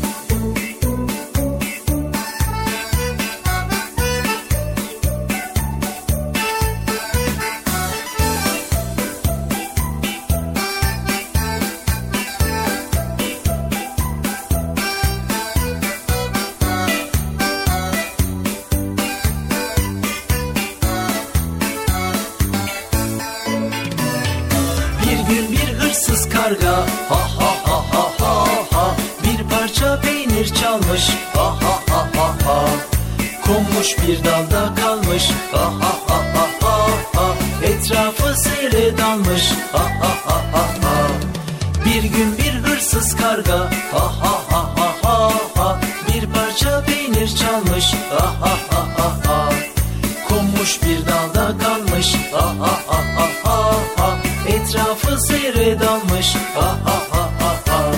Karga ha ha ha ha ha ha, bir parça peynir çalmış ha ha ha ha ha, konmuş bir dalda kalmış ha ha ha ha ha ha, etrafı seyre dalmış ha ha ha ha ha. Bir gün bir hırsız karga ha ha ha ha ha ha, bir parça peynir çalmış ha ha ha ha ha, konmuş bir dalda kalmış ha ha ha ha ha ha, etrafı seyre dalmış ha ha ha ha ha.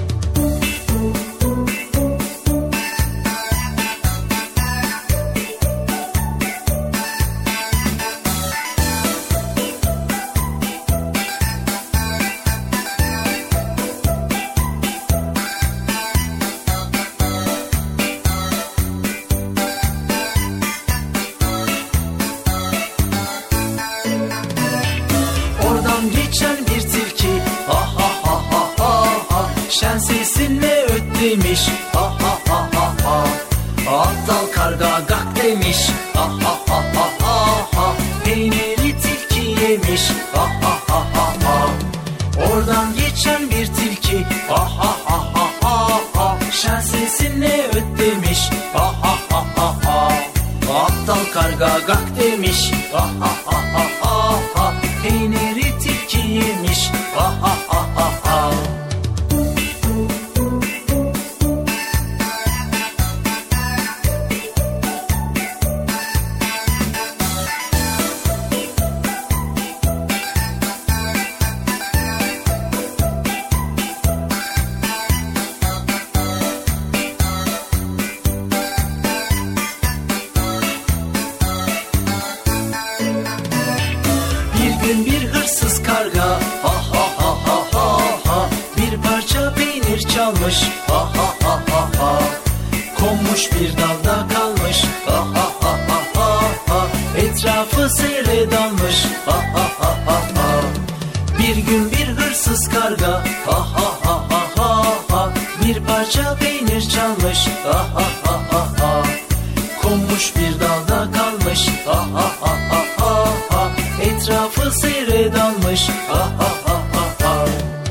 Şen sesinle öt demiş ha ha ha ha ha, aptal karga gak demiş ha ha ha ha ha ha, peyniri tilki yemiş ha ha ha ha ha. Oradan geçen bir tilki ha ha ha ha ha ha, şen sesinle öt demiş ha ha ha ha ha, aptal karga gak demiş ha ha ha ha ha ha, peyniri tilki yemiş ha ha ha ha ha. Çalmış ha ha ha ha ha, konmuş bir dalda kalmış ha ha ha ha ha ha, etrafı seyre dalmış ha ha ha ha ha. Bir gün bir hırsız karga ha ha ha ha ha ha, bir parça peynir çalmış ha ha ha ha ha, konmuş bir dalda kalmış ha ha ha ha ha ha, etrafı seyre dalmış ha ha ha ha ha.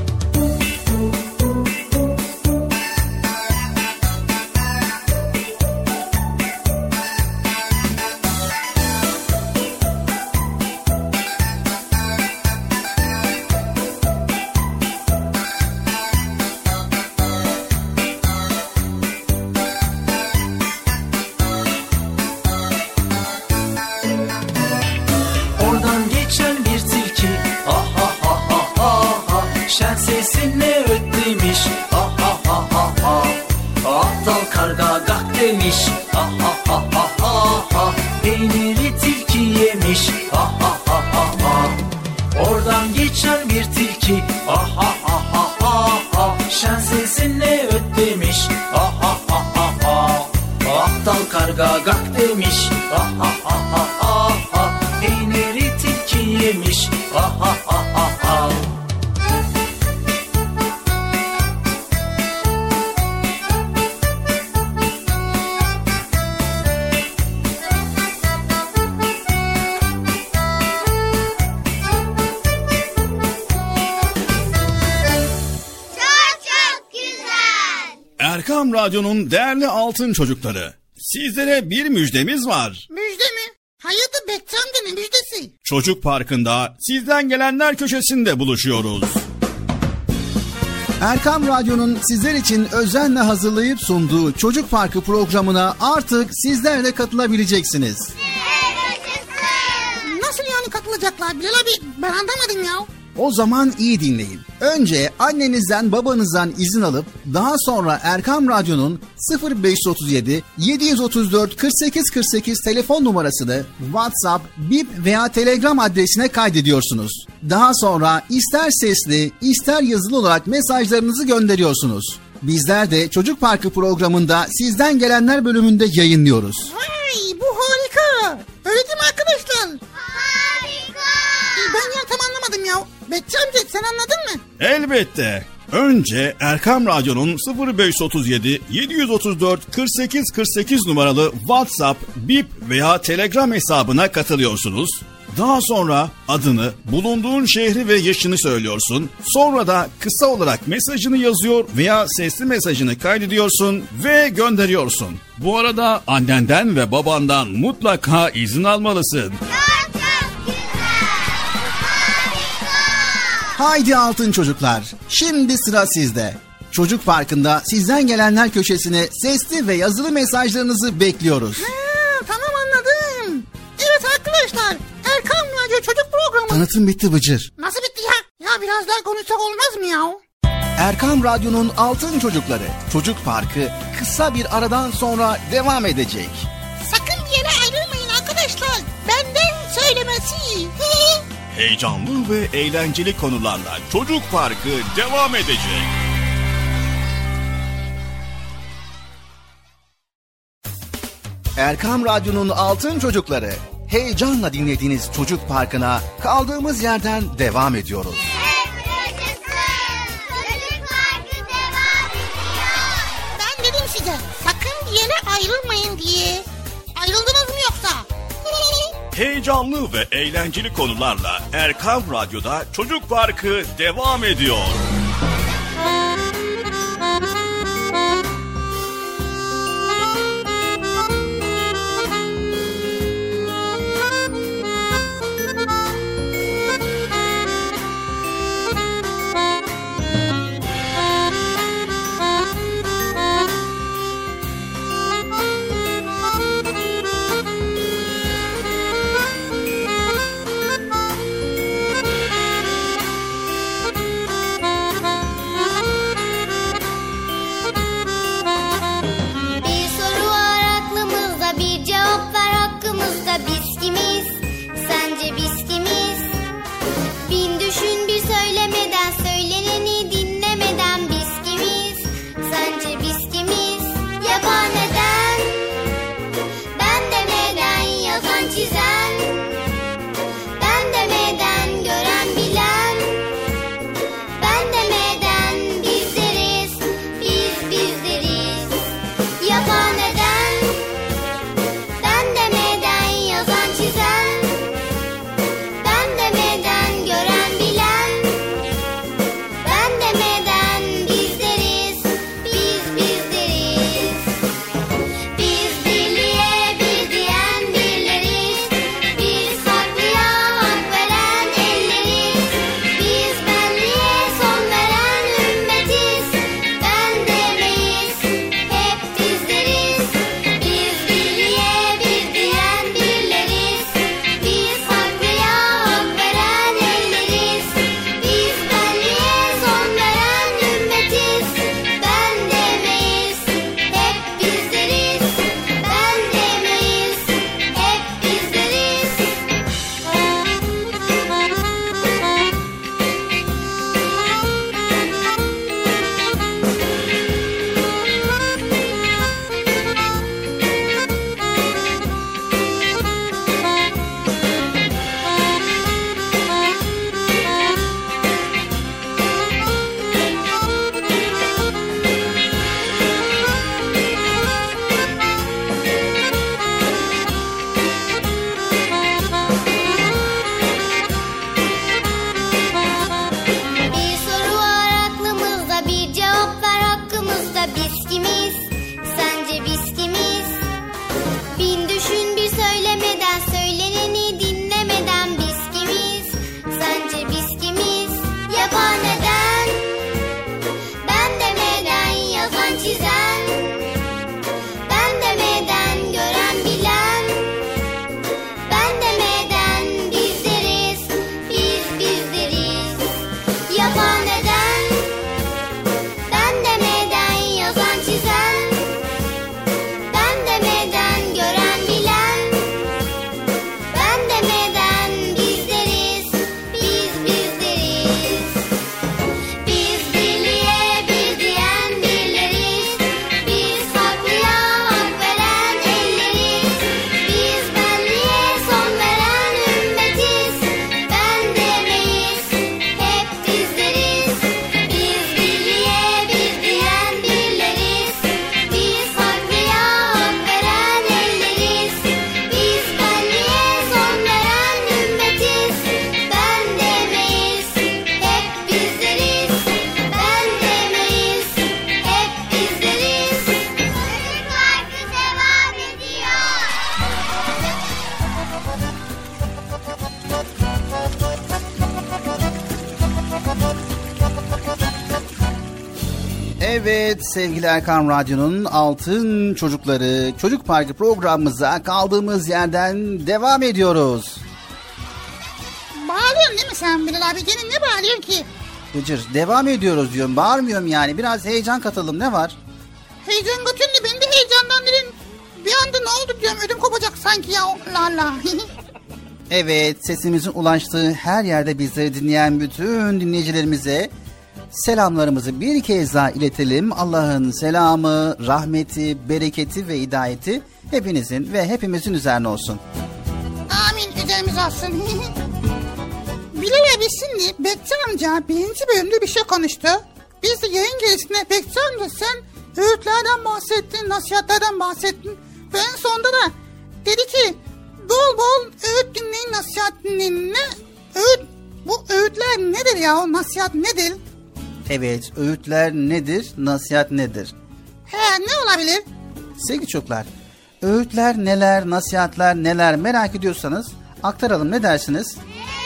Şen sesinle öt demiş ha ha ha ha ha, aptal karga gak demiş ha ha ha ha ha ha, peyniri tilki yemiş ha ha ha ha ha. Oradan geçen bir tilki ha ha ha ha ha ha, şen sesinle öt demiş ha ha ha ha ha, aptal karga gak demiş ha ha ha ha ha ha, peyniri tilki yemiş ha ha ha ha ha. Erkam Radyo'nun değerli altın çocukları, sizlere bir müjdemiz var. Müjde mi? Hayırdır Bekçi amca, ne müjdesi? Çocuk Parkı'nda sizden gelenler köşesinde buluşuyoruz. Erkam Radyo'nun sizler için özenle hazırlayıp sunduğu Çocuk Parkı programına artık sizler de katılabileceksiniz. Nasıl yani katılacaklar Bilal abi? Ben anlamadım ya. O zaman iyi dinleyin. Önce annenizden babanızdan izin alıp daha sonra Erkam Radyo'nun sıfır beş otuz yedi yedi otuz dört kırk sekiz kırk sekiz telefon numarasını WhatsApp, Bip veya Telegram adresine kaydediyorsunuz. Daha sonra ister sesli ister yazılı olarak mesajlarınızı gönderiyorsunuz. Bizler de Çocuk Parkı programında sizden gelenler bölümünde yayınlıyoruz. Vay, bu harika. Öyle değil mi arkadaşlar? Harika. Ben ya tam anlamadım ya. Betçi amca sen anladın mı? Elbette. Önce Erkam Radyo'nun sıfır beş otuz yedi yedi otuz dört kırk sekiz kırk sekiz numaralı WhatsApp, Bip veya Telegram hesabına katılıyorsunuz. Daha sonra adını, bulunduğun şehri ve yaşını söylüyorsun. Sonra da kısa olarak mesajını yazıyor veya sesli mesajını kaydediyorsun ve gönderiyorsun. Bu arada annenden ve babandan mutlaka izin almalısın. Haydi altın çocuklar, şimdi sıra sizde. Çocuk Parkı'nda sizden gelenler köşesine sesli ve yazılı mesajlarınızı bekliyoruz. Ha, tamam anladım. Evet arkadaşlar, Erkam Radyo Çocuk Programı. Tanıtım bitti Bıcır. Nasıl bitti ya? Ya biraz daha konuşsak olmaz mı ya? Erkam Radyo'nun Altın Çocukları Çocuk Parkı kısa bir aradan sonra devam edecek. Sakın bir yere ayrılmayın arkadaşlar. Benden söylemesi. Heyecanlı ve eğlenceli konularla Çocuk Parkı devam edecek. Erkam Radyo'nun Altın Çocukları, heyecanla dinlediğiniz Çocuk Parkı'na kaldığımız yerden devam ediyoruz. Ben dedim size sakın bir yere ayrılmayın diye. Ayrıldınız mı yoksa? Heyecanlı ve eğlenceli konularla Erkam Radyo'da Çocuk Parkı devam ediyor. Evet sevgili Erkam Radyo'nun Altın Çocukları Çocuk Parkı programımıza kaldığımız yerden devam ediyoruz. Bağırıyorsun değil mi sen Bilal abi? Gene ne bağırıyorsun ki? Bıcır devam ediyoruz diyorum, bağırmıyorum yani, biraz heyecan katalım, ne var? Heyecan katıyorsun da ben de heyecandan dedim. Bir anda ne oldu diyorum, ödüm kopacak sanki ya. La la. Evet, sesimizin ulaştığı her yerde bizleri dinleyen bütün dinleyicilerimize selamlarımızı bir kez daha iletelim. Allah'ın selamı, rahmeti, bereketi ve hidayeti hepinizin ve hepimizin üzerine olsun. Amin, üzerimize olsun. Bilal abi şimdi Bekçi amca birinci bölümde bir şey konuştu. Biz de yayın gerisinde Bekçi amca sen öğütlerden bahsettin, nasihatlerden bahsettin. Ve en sonunda da dedi ki bol bol öğüt dinleyin, nasihat dinleyin. Ne? Öğüt, bu öğütler nedir ya? O nasihat nedir? Evet, öğütler nedir, nasihat nedir? He, ne olabilir? Sevgili çocuklar, öğütler neler, nasihatler neler merak ediyorsanız aktaralım, ne dersiniz?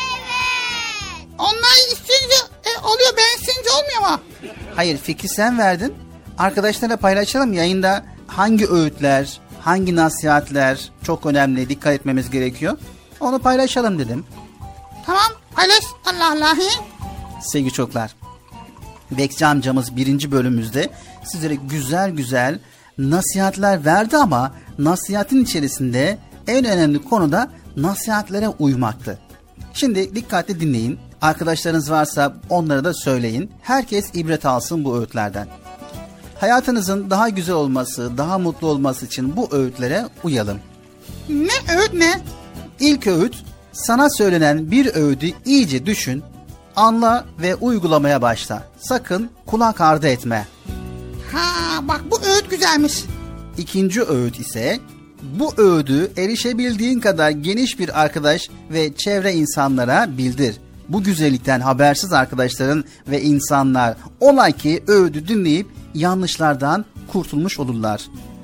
Evet. Onlar isteyince e, oluyor, ben isteyince olmuyor mu? Hayır, fikri sen verdin. Arkadaşlarla paylaşalım yayında, hangi öğütler, hangi nasihatler çok önemli, dikkat etmemiz gerekiyor. Onu paylaşalım dedim. Tamam, paylaş. Allah Allah. Sevgili çocuklar, Bekçi amcamız birinci bölümümüzde sizlere güzel güzel nasihatler verdi ama nasihatin içerisinde en önemli konu da nasihatlere uymaktı. Şimdi dikkatli dinleyin. Arkadaşlarınız varsa onlara da söyleyin. Herkes ibret alsın bu öğütlerden. Hayatınızın daha güzel olması, daha mutlu olması için bu öğütlere uyalım. Ne öğüt ne? İlk öğüt, sana söylenen bir öğüdü iyice düşün, anla ve uygulamaya başla. Sakın kulak ardı etme. Ha, bak bu öğüt güzelmiş. İkinci öğüt ise, bu öğüdü erişebildiğin kadar geniş bir arkadaş ve çevre insanlara bildir. Bu güzellikten habersiz arkadaşların ve insanlar ola ki öğüdü dinleyip yanlışlardan kurtulmuş olurlar.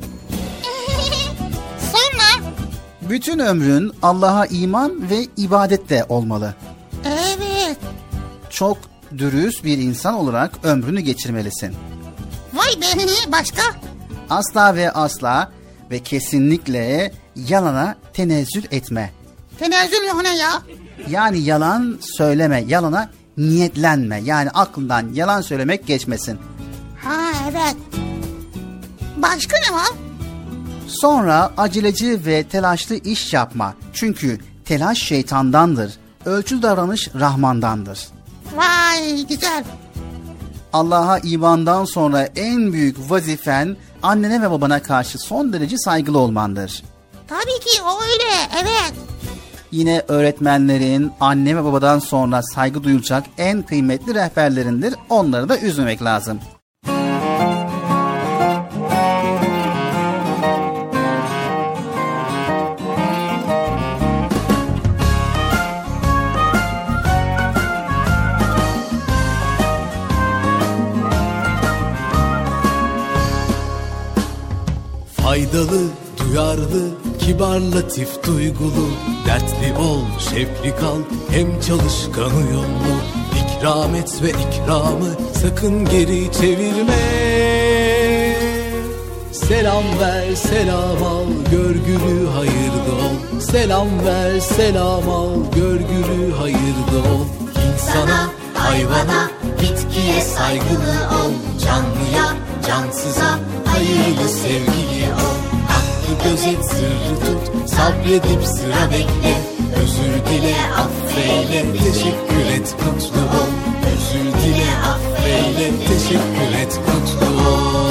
Sonra? Bütün ömrün Allah'a iman ve ibadette olmalı. Evet. Çok dürüst bir insan olarak ömrünü geçirmelisin. Vay be, başka? Asla ve asla ve kesinlikle yalana tenezzül etme. Tenezzül mü o ne ya? Yani yalan söyleme, yalana niyetlenme. Yani aklından yalan söylemek geçmesin. Ha evet. Başka ne var? Sonra aceleci ve telaşlı iş yapma. Çünkü telaş şeytandandır. Ölçülü davranış Rahman'dandır. Vay güzel. Allah'a imandan sonra en büyük vazifen annene ve babana karşı son derece saygılı olmandır. Tabii ki o öyle, evet. Yine öğretmenlerin anne ve babadan sonra saygı duyulacak en kıymetli rehberlerindir. Onları da üzmemek lazım. Faydalı, duyarlı, kibar, latif, duygulu, dertli ol, şevkli kal, hem çalışkan uyumlu. İkram et ve ikramı sakın geri çevirme. Selam ver, selam al, görgülü hayırlı ol. Selam ver, selam al, görgülü hayırlı ol. İnsana, hayvana, bitkiye saygılı ol. Canlıya, cansıza hayırlı sevgili ol. Hakkı gözet, sırrı tut, sabredip sıra bekle. Özür dile, affeyle, teşekkür et, mutlu ol. Özür dile, affeyle, teşekkür et, mutlu ol.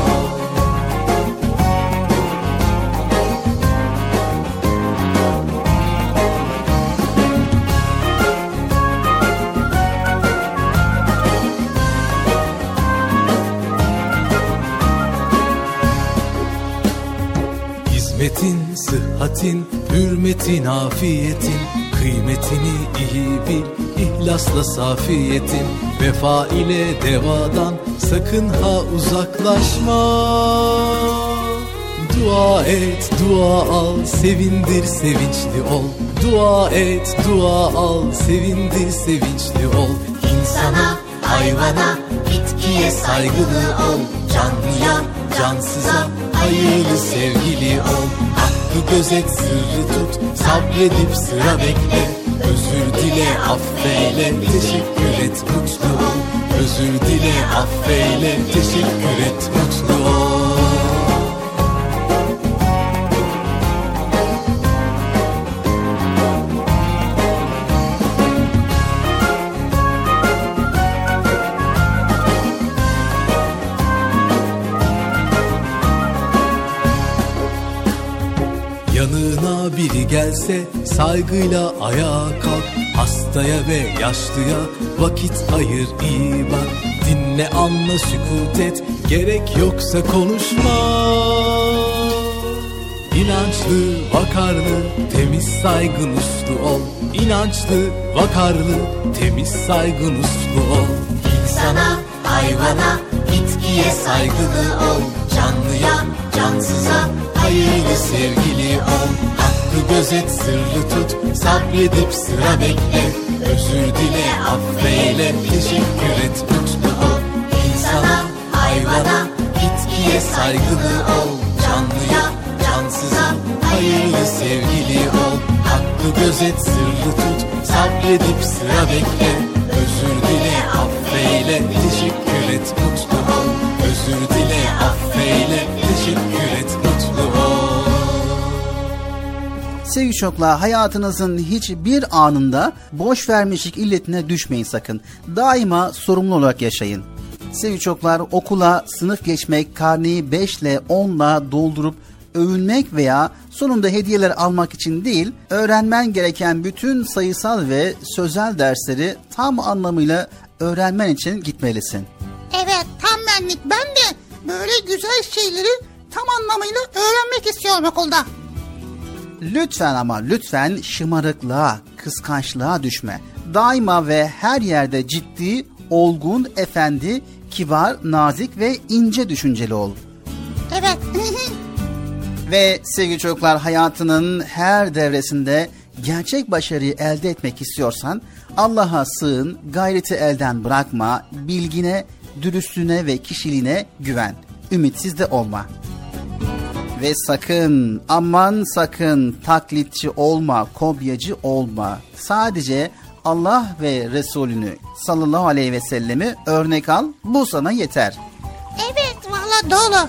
Hizmetin, sıhhatin, hürmetin, afiyetin, kıymetini iyi bil, ihlasla safiyetin, vefa ile devadan sakın ha uzaklaşma. Dua et, dua al, sevindir, sevinçli ol. Dua et, dua al, sevindir, sevinçli ol. İnsana, hayvana, bitkiye saygılı ol. Canlıya, cansıza hayırlı sevgili ol. Hakkı gözet, sırrı tut, sabredip sıra bekle. Özür dile, affeyle, teşekkür et, mutlu ol. Özür dile, affeyle, teşekkür et, mutlu ol. Yanına biri gelse saygıyla ayağa kalk. Hastaya ve yaşlıya vakit ayır, iyi bak. Dinle, anla, sükut et, gerek yoksa konuşma. İnançlı, vakarlı, temiz, saygın, uslu ol. İnançlı, vakarlı, temiz, saygın, uslu ol. İnsana, hayvana, bitkiye saygılı ol. Canlıya, cansıza hayırlı sevgili ol. Hakkı gözet, sırrı tut, sabredip sıra bekle. Özür dile, affeyle, teşekkür et, mutlu ol. İnsana, hayvana, bitkiye saygılı ol. Canlıya, cansıza hayırlı sevgili ol. Hakkı gözet, sırrı tut, sabredip sıra bekle. Özür dile, affeyle, teşekkür et, mutlu ol. Özür dile, affeyle, teşekkür et, mutlu ol. Sevgili çocuklar, hayatınızın hiçbir anında boş vermişlik illetine düşmeyin sakın. Daima sorumlu olarak yaşayın. Sevgili çocuklar, okula sınıf geçmek, karneyi beş ile on ile doldurup övünmek veya sonunda hediyeler almak için değil, öğrenmen gereken bütün sayısal ve sözel dersleri tam anlamıyla öğrenmen için gitmelisin. Evet, tam benlik. Ben de böyle güzel şeyleri tam anlamıyla öğrenmek istiyorum okulda. Lütfen ama lütfen şımarıklığa, kıskançlığa düşme. Daima ve her yerde ciddi, olgun, efendi, kibar, nazik ve ince düşünceli ol. Evet. Ve sevgili çocuklar, hayatının her devresinde gerçek başarıyı elde etmek istiyorsan Allah'a sığın, gayreti elden bırakma, bilgine, dürüstlüğüne ve kişiliğine güven. Ümitsiz de olma. Ve sakın, aman sakın taklitçi olma, kopyacı olma. Sadece Allah ve Resulünü sallallahu aleyhi ve sellemi örnek al, bu sana yeter. Evet, valla doğru.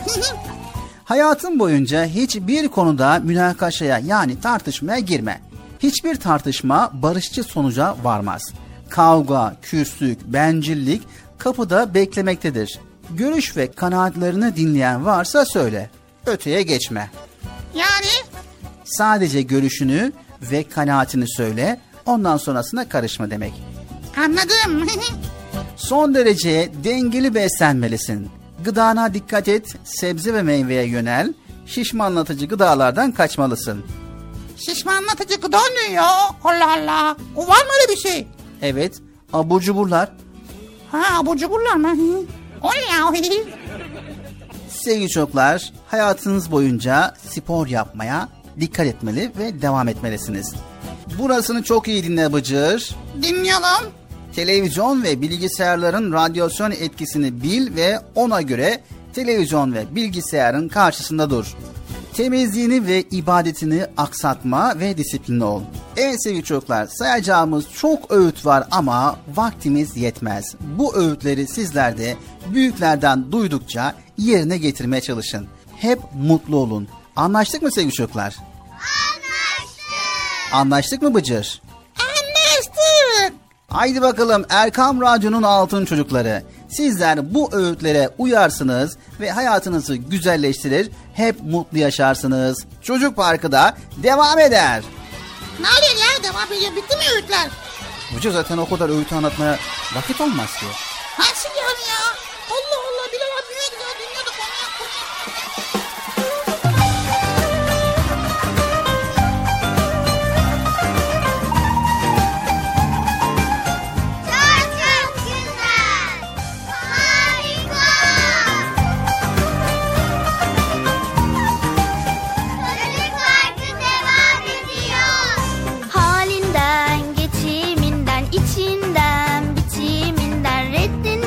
Hayatın boyunca hiçbir konuda münakaşaya yani tartışmaya girme. Hiçbir tartışma barışçı sonuca varmaz. Kavga, küslük, bencillik kapıda beklemektedir. Görüş ve kanaatlerini dinleyen varsa söyle. Öteye geçme. Yani? Sadece görüşünü ve kanaatini söyle, ondan sonrasına karışma demek. Anladım. Son derece dengeli beslenmelisin. Gıdana dikkat et, sebze ve meyveye yönel, şişmanlatıcı gıdalardan kaçmalısın. Şişmanlatıcı gıda ne ya? Allah Allah. O var mı öyle bir şey? Evet, abur cuburlar. Ha, abur cuburlar mı? O ne ya? Sevgili çocuklar, hayatınız boyunca spor yapmaya dikkat etmeli ve devam etmelisiniz. Burasını çok iyi dinle Bıcır. Dinliyorum. Televizyon ve bilgisayarların radyasyon etkisini bil ve ona göre televizyon ve bilgisayarın karşısında dur. Temizliğini ve ibadetini aksatma ve disiplinli ol. Evet sevgili çocuklar, sayacağımız çok öğüt var ama vaktimiz yetmez. Bu öğütleri sizler de büyüklerden duydukça yerine getirmeye çalışın. Hep mutlu olun. Anlaştık mı sevgili çocuklar? Anlaştık. Anlaştık mı Bıcır? Anlaştık. Haydi bakalım Erkam Radyo'nun altın çocukları. Sizler bu öğütlere uyarsınız ve hayatınızı güzelleştirir, hep mutlu yaşarsınız. Çocuk Parkı da devam eder. Ne oluyor ya, devam ediyor, bitti mi öğütler? Hoca zaten o kadar öğütü anlatmaya vakit olmaz ki. Nasıl yani ya? Allah Allah, Bilal abi ne güzel dinliyorduk onu. Halinden, geçiminden, içinden, biçiminden, reddinden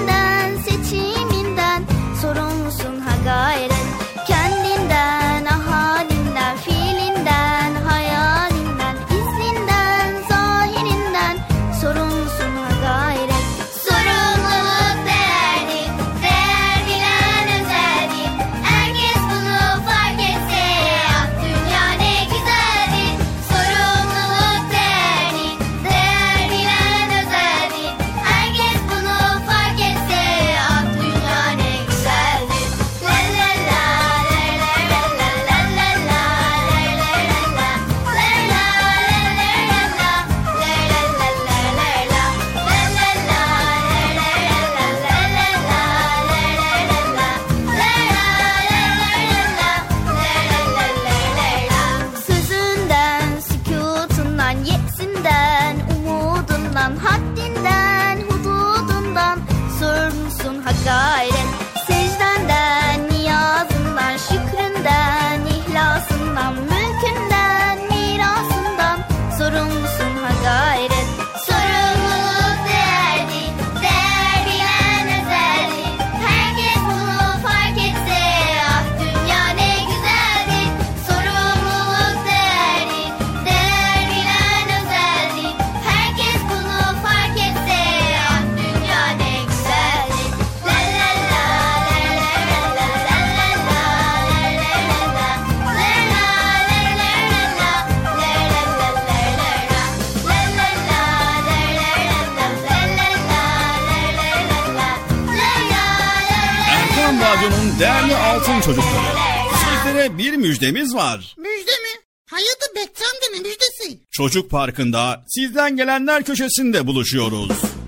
Radyo'nun değerli altın çocukları. Sizlere bir müjdemiz var. Müjde mi? Hayırdır Bekçi amca, ne müjdesi? Çocuk Parkı'nda sizden gelenler köşesinde buluşuyoruz.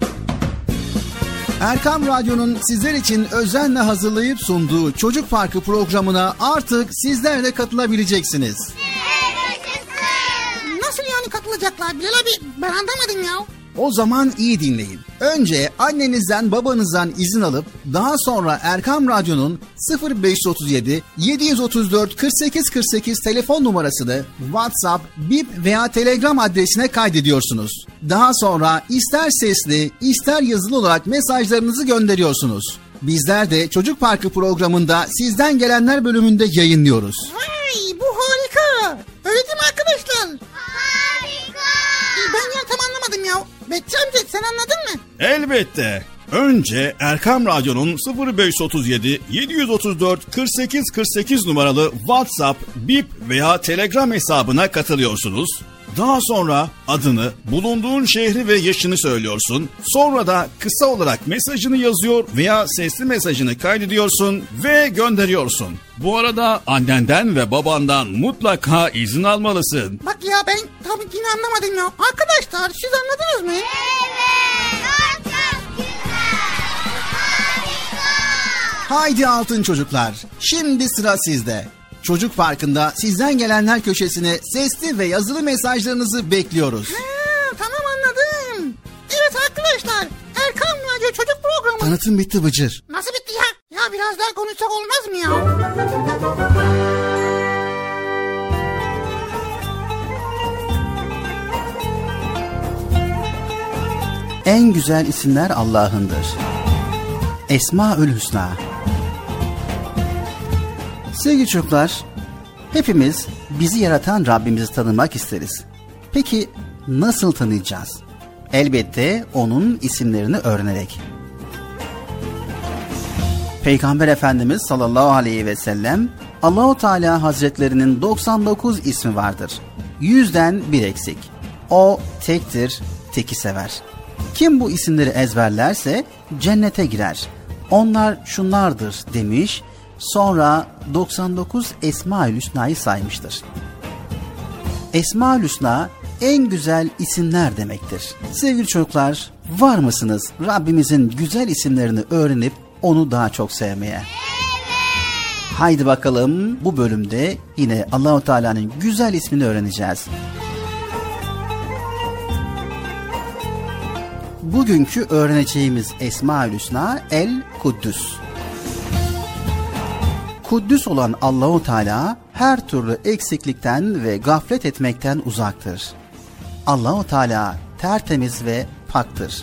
Erkam Radyo'nun sizler için özenle hazırlayıp sunduğu Çocuk Parkı programına artık sizler de katılabileceksiniz. Nasıl yani katılacaklar Bilal abi? Ben anlamadım ya. O zaman iyi dinleyin. Önce annenizden babanızdan izin alıp daha sonra Erkam Radyo'nun sıfır beş otuz yedi yedi otuz dört kırk sekiz kırk sekiz telefon numarasını WhatsApp, Bip veya Telegram adresine kaydediyorsunuz. Daha sonra ister sesli ister yazılı olarak mesajlarınızı gönderiyorsunuz. Bizler de Çocuk Parkı programında sizden gelenler bölümünde yayınlıyoruz. Vay, bu harika. Öyle değil mi arkadaşlar? Harika. Ben ya tam anlamadım ya. Bekçi amca sen anladın mı? Elbette. Önce Erkam Radyo'nun sıfır beş otuz yedi yedi otuz dört kırk sekiz kırk sekiz numaralı WhatsApp, Bip veya Telegram hesabına katılıyorsunuz. Daha sonra adını, bulunduğun şehri ve yaşını söylüyorsun. Sonra da kısa olarak mesajını yazıyor veya sesli mesajını kaydediyorsun ve gönderiyorsun. Bu arada annenden ve babandan mutlaka izin almalısın. Bak ya ben tam yine anlamadım ya. Arkadaşlar siz anladınız mı? Evet, çok güzel. Harika. Haydi altın çocuklar, şimdi sıra sizde. Çocuk Parkı'nda sizden gelenler köşesine sesli ve yazılı mesajlarınızı bekliyoruz. Ha, tamam anladım. Evet arkadaşlar, Erkam Radyo Çocuk Programı. Tanıtım bitti Bıcır. Nasıl bitti ya? Ya biraz daha konuşsak olmaz mı ya? En güzel isimler Allah'ındır. Esmaül Hüsna. Sevgili çocuklar, hepimiz bizi yaratan Rabbimizi tanımak isteriz. Peki nasıl tanıyacağız? Elbette onun isimlerini öğrenerek. Peygamber Efendimiz sallallahu aleyhi ve sellem, Allah-u Teala Hazretlerinin doksan dokuz ismi vardır. Yüzden bir eksik. O tektir, teki sever. Kim bu isimleri ezberlerse cennete girer. Onlar şunlardır demiş, sonra doksan dokuz Esmaül Hüsna'yı saymıştır. Esmaül Hüsna en güzel isimler demektir. Sevgili çocuklar, var mısınız Rabbimizin güzel isimlerini öğrenip onu daha çok sevmeye? Evet. Haydi bakalım, bu bölümde yine Allah-u Teala'nın güzel ismini öğreneceğiz. Bugünkü öğreneceğimiz Esmaül Hüsna El Kuddüs. Kuddüs olan Allah-u Teala her türlü eksiklikten ve gaflet etmekten uzaktır. Allah-u Teala tertemiz ve paktır.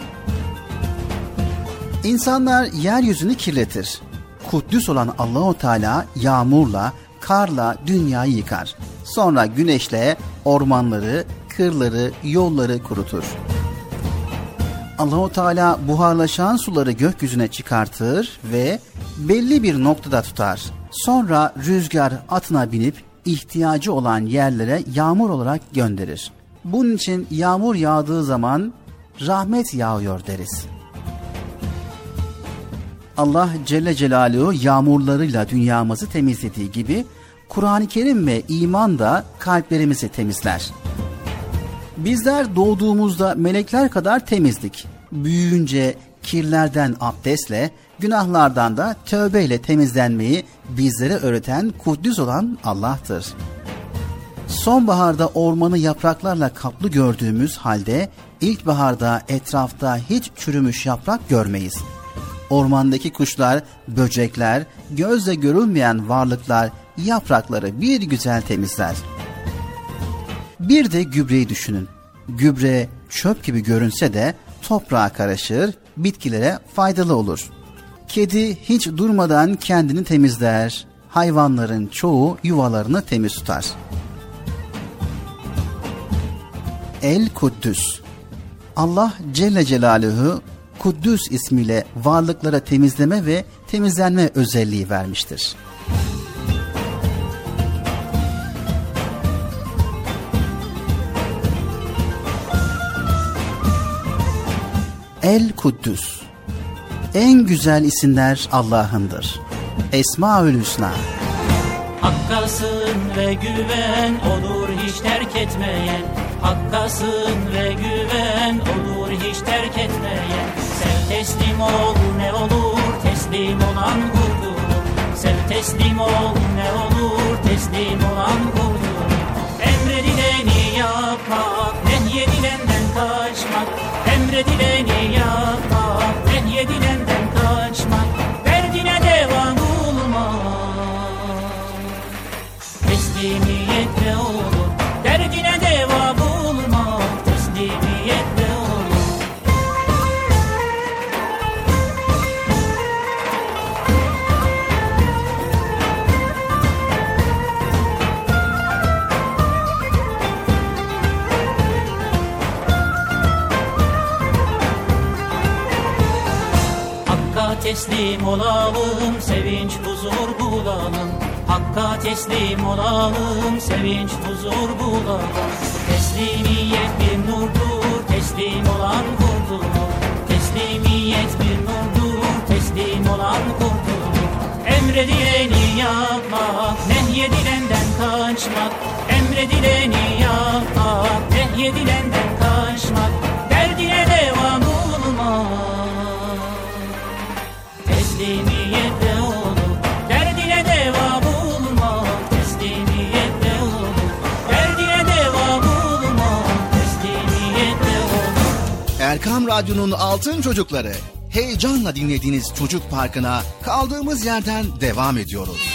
İnsanlar yeryüzünü kirletir. Kuddüs olan Allah-u Teala yağmurla, karla dünyayı yıkar. Sonra güneşle ormanları, kırları, yolları kurutur. Allah-u Teala buharlaşan suları gökyüzüne çıkartır ve belli bir noktada tutar. Sonra rüzgar atına binip ihtiyacı olan yerlere yağmur olarak gönderir. Bunun için yağmur yağdığı zaman rahmet yağıyor deriz. Allah Celle Celaluhu yağmurlarıyla dünyamızı temizlediği gibi Kur'an-ı Kerim ve iman da kalplerimizi temizler. Bizler doğduğumuzda melekler kadar temizdik. Büyüyünce kirlerden abdestle, günahlardan da tövbeyle temizlenmeyi bizlere öğreten kuddüs olan Allah'tır. Sonbaharda ormanı yapraklarla kaplı gördüğümüz halde ilkbaharda etrafta hiç çürümüş yaprak görmeyiz. Ormandaki kuşlar, böcekler, gözle görülmeyen varlıklar yaprakları bir güzel temizler. Bir de gübreyi düşünün. Gübre çöp gibi görünse de toprağa karışır, bitkilere faydalı olur. Kedi hiç durmadan kendini temizler. Hayvanların çoğu yuvalarını temiz tutar. El Kuddüs. Allah Celle Celaluhu Kuddüs ismiyle varlıklara temizleme ve temizlenme özelliği vermiştir. El Kuddüs. En güzel isimler Allah'ındır. Esmaül Hüsna. Hakka sığın ve güven, olur hiç terk etmeyen. Hakka sığın ve güven, olur hiç terk etmeyen. Sev teslim ol ne olur, teslim olan kurtulur. Sev teslim ol ne olur, teslim olan kurtulur. Emredileni yapmak, nehyedilenden kaçmak. Emredileni yapmak, nehyedilenden kaçmak. Derdine devam olmak, teslimiyetle olur. Derdine devam olmak, teslimiyetle olur. Hakka teslim olalım, sevinç huzur bulalım. Hakka teslim olalım, sevinç huzur bulalım. Teslimiyet bir nurdur, teslim olan kurtulur. Teslimiyet bir nurdur, teslim olan kurtulur. Emredileni yapmak, nehyedilenden kaçmak. Emredileni yapmak, nehyedilenden kaçmak. Derdine devam olmak, teslimiyetle olur. Derdine devam olmak, teslimiyetle olur. Derdine devam olmak, teslimiyetle olur. Erkam Radyo'nun Altın Çocukları. Heyecanla dinlediğiniz Çocuk Parkı'na kaldığımız yerden devam ediyoruz.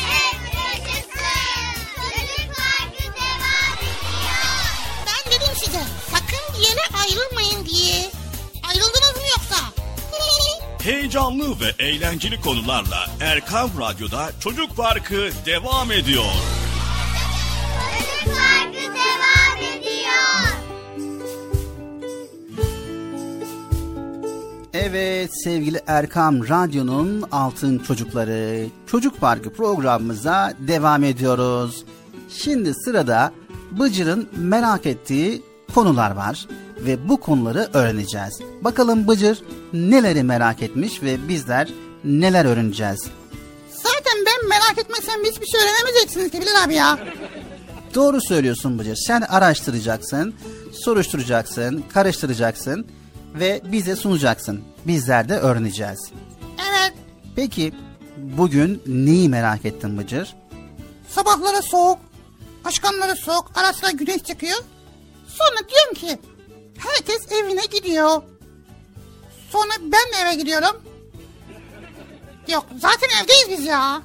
Ben dedim size sakın bir yere ayrılmayın diye. Ayrıldınız mı yoksa? Heyecanlı ve eğlenceli konularla Erkam Radyo'da Çocuk Parkı devam ediyor. Çocuk Parkı devam ediyor. Evet sevgili Erkam Radyo'nun Altın Çocukları Çocuk Parkı programımıza devam ediyoruz. Şimdi sırada Bıcır'ın merak ettiği konular var ve bu konuları öğreneceğiz. Bakalım Bıcır neleri merak etmiş ve bizler neler öğreneceğiz? Zaten ben merak etmesem hiçbir şey öğrenemeyeceksiniz ki Bilal abi ya. Doğru söylüyorsun Bıcır. Sen araştıracaksın, soruşturacaksın, karıştıracaksın ve bize sunacaksın. Bizler de öğreneceğiz. Evet. Peki bugün neyi merak ettin Bıcır? Sabahları soğuk, akşamları soğuk, ara sıra güneş çıkıyor. Sonra diyorum ki herkes evine gidiyor. Sonra ben de eve gidiyorum. Yok zaten evdeyiz biz ya.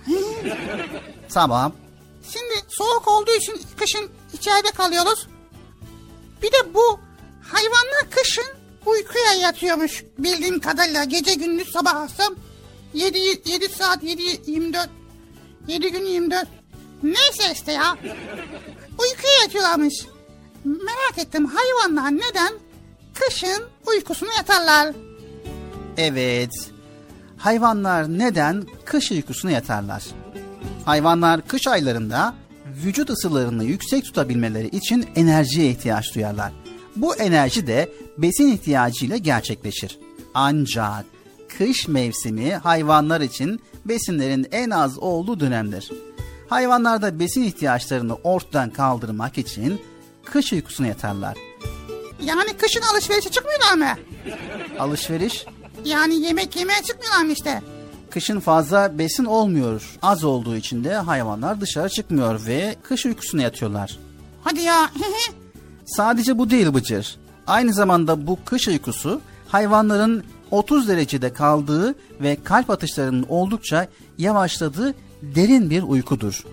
Tamam. Şimdi soğuk olduğu için kışın içeride kalıyoruz. Bir de bu hayvanlar kışın uykuya yatıyormuş bildiğim kadarıyla. Gece gündüz sabah akşam yedi, yedi saat yedi yirmi dört yedi gün yirmi dört neyse işte ya. Uykuya yatıyorlarmış. Merak ettim hayvanlar neden kışın uykusunu yatarlar? Evet. Hayvanlar neden kış uykusuna yatarlar? Hayvanlar kış aylarında vücut ısılarını yüksek tutabilmeleri için enerjiye ihtiyaç duyarlar. Bu enerji de besin ihtiyacıyla gerçekleşir. Ancak kış mevsimi hayvanlar için besinlerin en az olduğu dönemdir. Hayvanlar da besin ihtiyaçlarını ortadan kaldırmak için kış uykusuna yatarlar. Yani kışın alışverişe çıkmıyorlar mı? Alışveriş? Yani yemek yemeye çıkmıyorlar mı işte? Kışın fazla besin olmuyor. Az olduğu için de hayvanlar dışarı çıkmıyor ve kış uykusuna yatıyorlar. Hadi ya. Sadece bu değil Bıcır. Aynı zamanda bu kış uykusu hayvanların otuz derecede kaldığı ve kalp atışlarının oldukça yavaşladığı derin bir uykudur.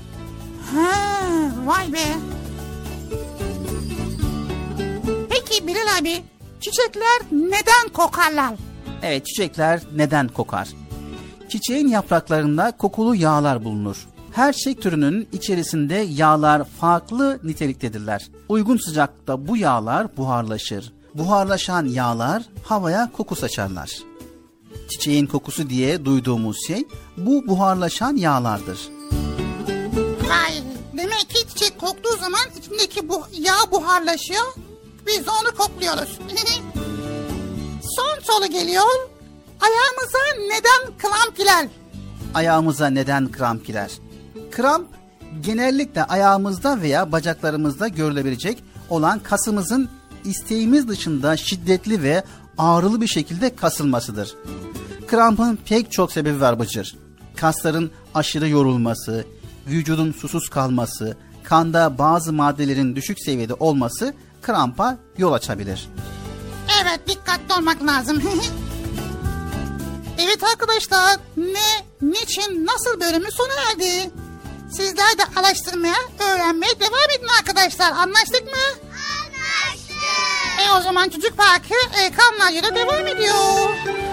Ha, vay be. Peki Bilal abi, çiçekler neden kokarlar? Evet, çiçekler neden kokar? Çiçeğin yapraklarında kokulu yağlar bulunur. Her çiçek türünün içerisinde yağlar farklı niteliktedirler. Uygun sıcaklıkta bu yağlar buharlaşır. Buharlaşan yağlar havaya koku saçarlar. Çiçeğin kokusu diye duyduğumuz şey bu buharlaşan yağlardır. Vay, demek ki çiçek koktuğu zaman içindeki bu yağ buharlaşıyor. Biz de onu kokluyoruz. Son soru geliyor. Ayağımıza neden kramp girer? ayağımıza neden kramp girer? Kramp genellikle ayağımızda veya bacaklarımızda görülebilecek olan kasımızın isteğimiz dışında şiddetli ve ağrılı bir şekilde kasılmasıdır. Krampın pek çok sebebi var Bıcır. Kasların aşırı yorulması, vücudun susuz kalması, kanda bazı maddelerin düşük seviyede olması krampa yol açabilir. Evet, dikkatli olmak lazım. Evet arkadaşlar, ne, niçin, nasıl bölümü sona erdi. Sizler de araştırmaya, öğrenmeye devam edin arkadaşlar. Anlaştık mı? Anlaştık. E o zaman Çocuk Parkı e, Kamlarca'da devam ediyor.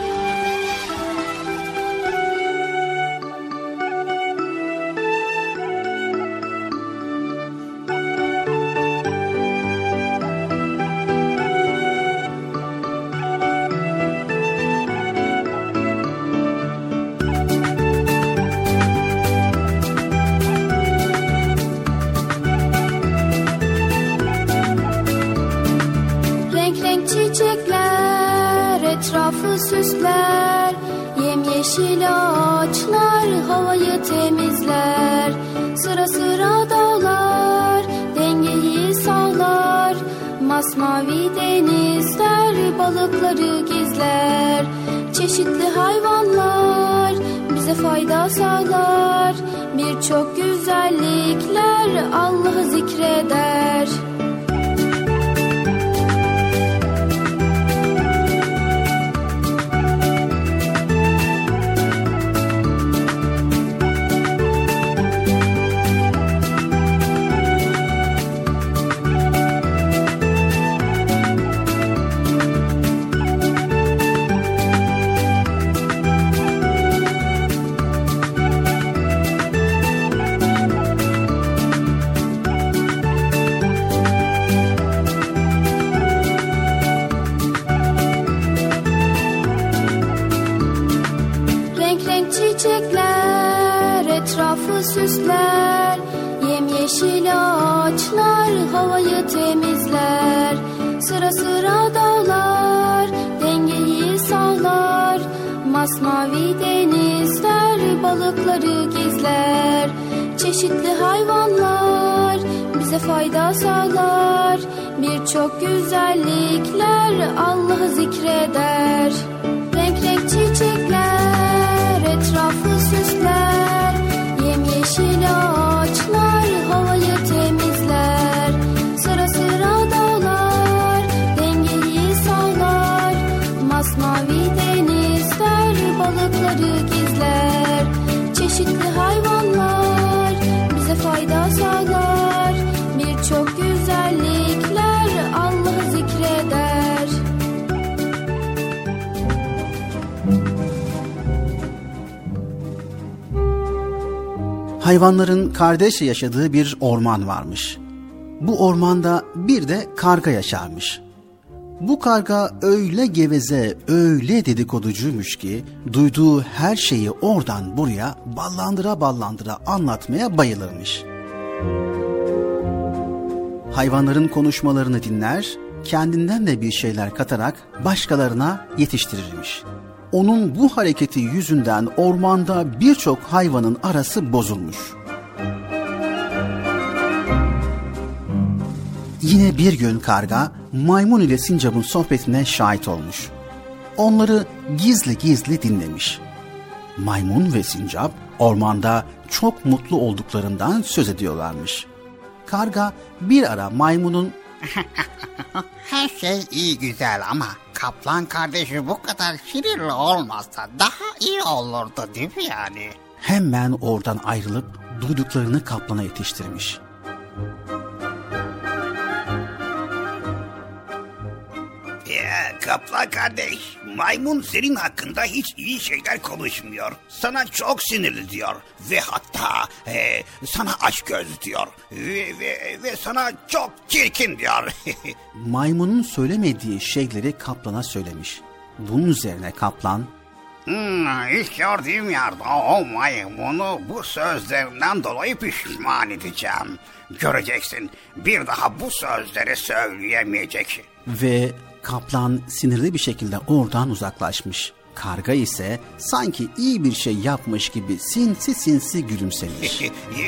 Etrafı süsler, yemyeşil ağaçlar havayı temizler. Sıra sıra dağlar, dengeyi sağlar. Masmavi denizler balıkları gizler. Çeşitli hayvanlar bize fayda sağlar. Birçok güzellikler Allah'ı zikreder. Etrafı süsler, yemyeşil ağaçlar havayı temizler. Sıra sıra dağlar, dengeyi sağlar. Masmavi denizler balıkları gizler. Çeşitli hayvanlar bize fayda sağlar. Birçok güzellikler Allah'ı zikreder. Renk renk çiçekler etrafı süsler. Yemyeşil ağaçlar havayı temizler. Sıra sıra dağlar, dengeyi sağlar. Masmavi denizler balıkları gizler. Çeşitli hayvanlar bize fayda sağlar. Birçok güzellikler Allah'ı zikreder. Hayvanların kardeşçe yaşadığı bir orman varmış. Bu ormanda bir de karga yaşarmış. Bu karga öyle geveze, öyle dedikoducuymuş ki duyduğu her şeyi oradan buraya ballandıra ballandıra anlatmaya bayılırmış. Hayvanların konuşmalarını dinler, kendinden de bir şeyler katarak başkalarına yetiştirirmiş. Onun bu hareketi yüzünden ormanda birçok hayvanın arası bozulmuş. Yine bir gün karga maymun ile sincapın sohbetine şahit olmuş. Onları gizli gizli dinlemiş. Maymun ve sincap ormanda çok mutlu olduklarından söz ediyorlarmış. Karga bir ara maymunun "Her şey iyi güzel ama kaplan kardeşi bu kadar şirinli olmazsa daha iyi olurdu değil mi yani?" hemen oradan ayrılıp duyduklarını kaplana yetiştirmiş. Ya kaplan kardeş, maymun senin hakkında hiç iyi şeyler konuşmuyor. Sana çok sinirli diyor ve hatta e, sana açgöz diyor ve, ve, ve sana çok çirkin diyor. Maymunun söylemediği şeyleri kaplana söylemiş. Bunun üzerine kaplan, Hmm, ilk gördüğüm yerde o maymunu bu sözlerinden dolayı pişman edeceğim. Göreceksin, bir daha bu sözleri söyleyemeyecek. Ve kaplan sinirli bir şekilde oradan uzaklaşmış. Karga ise sanki iyi bir şey yapmış gibi sinsi sinsi gülümsemiş.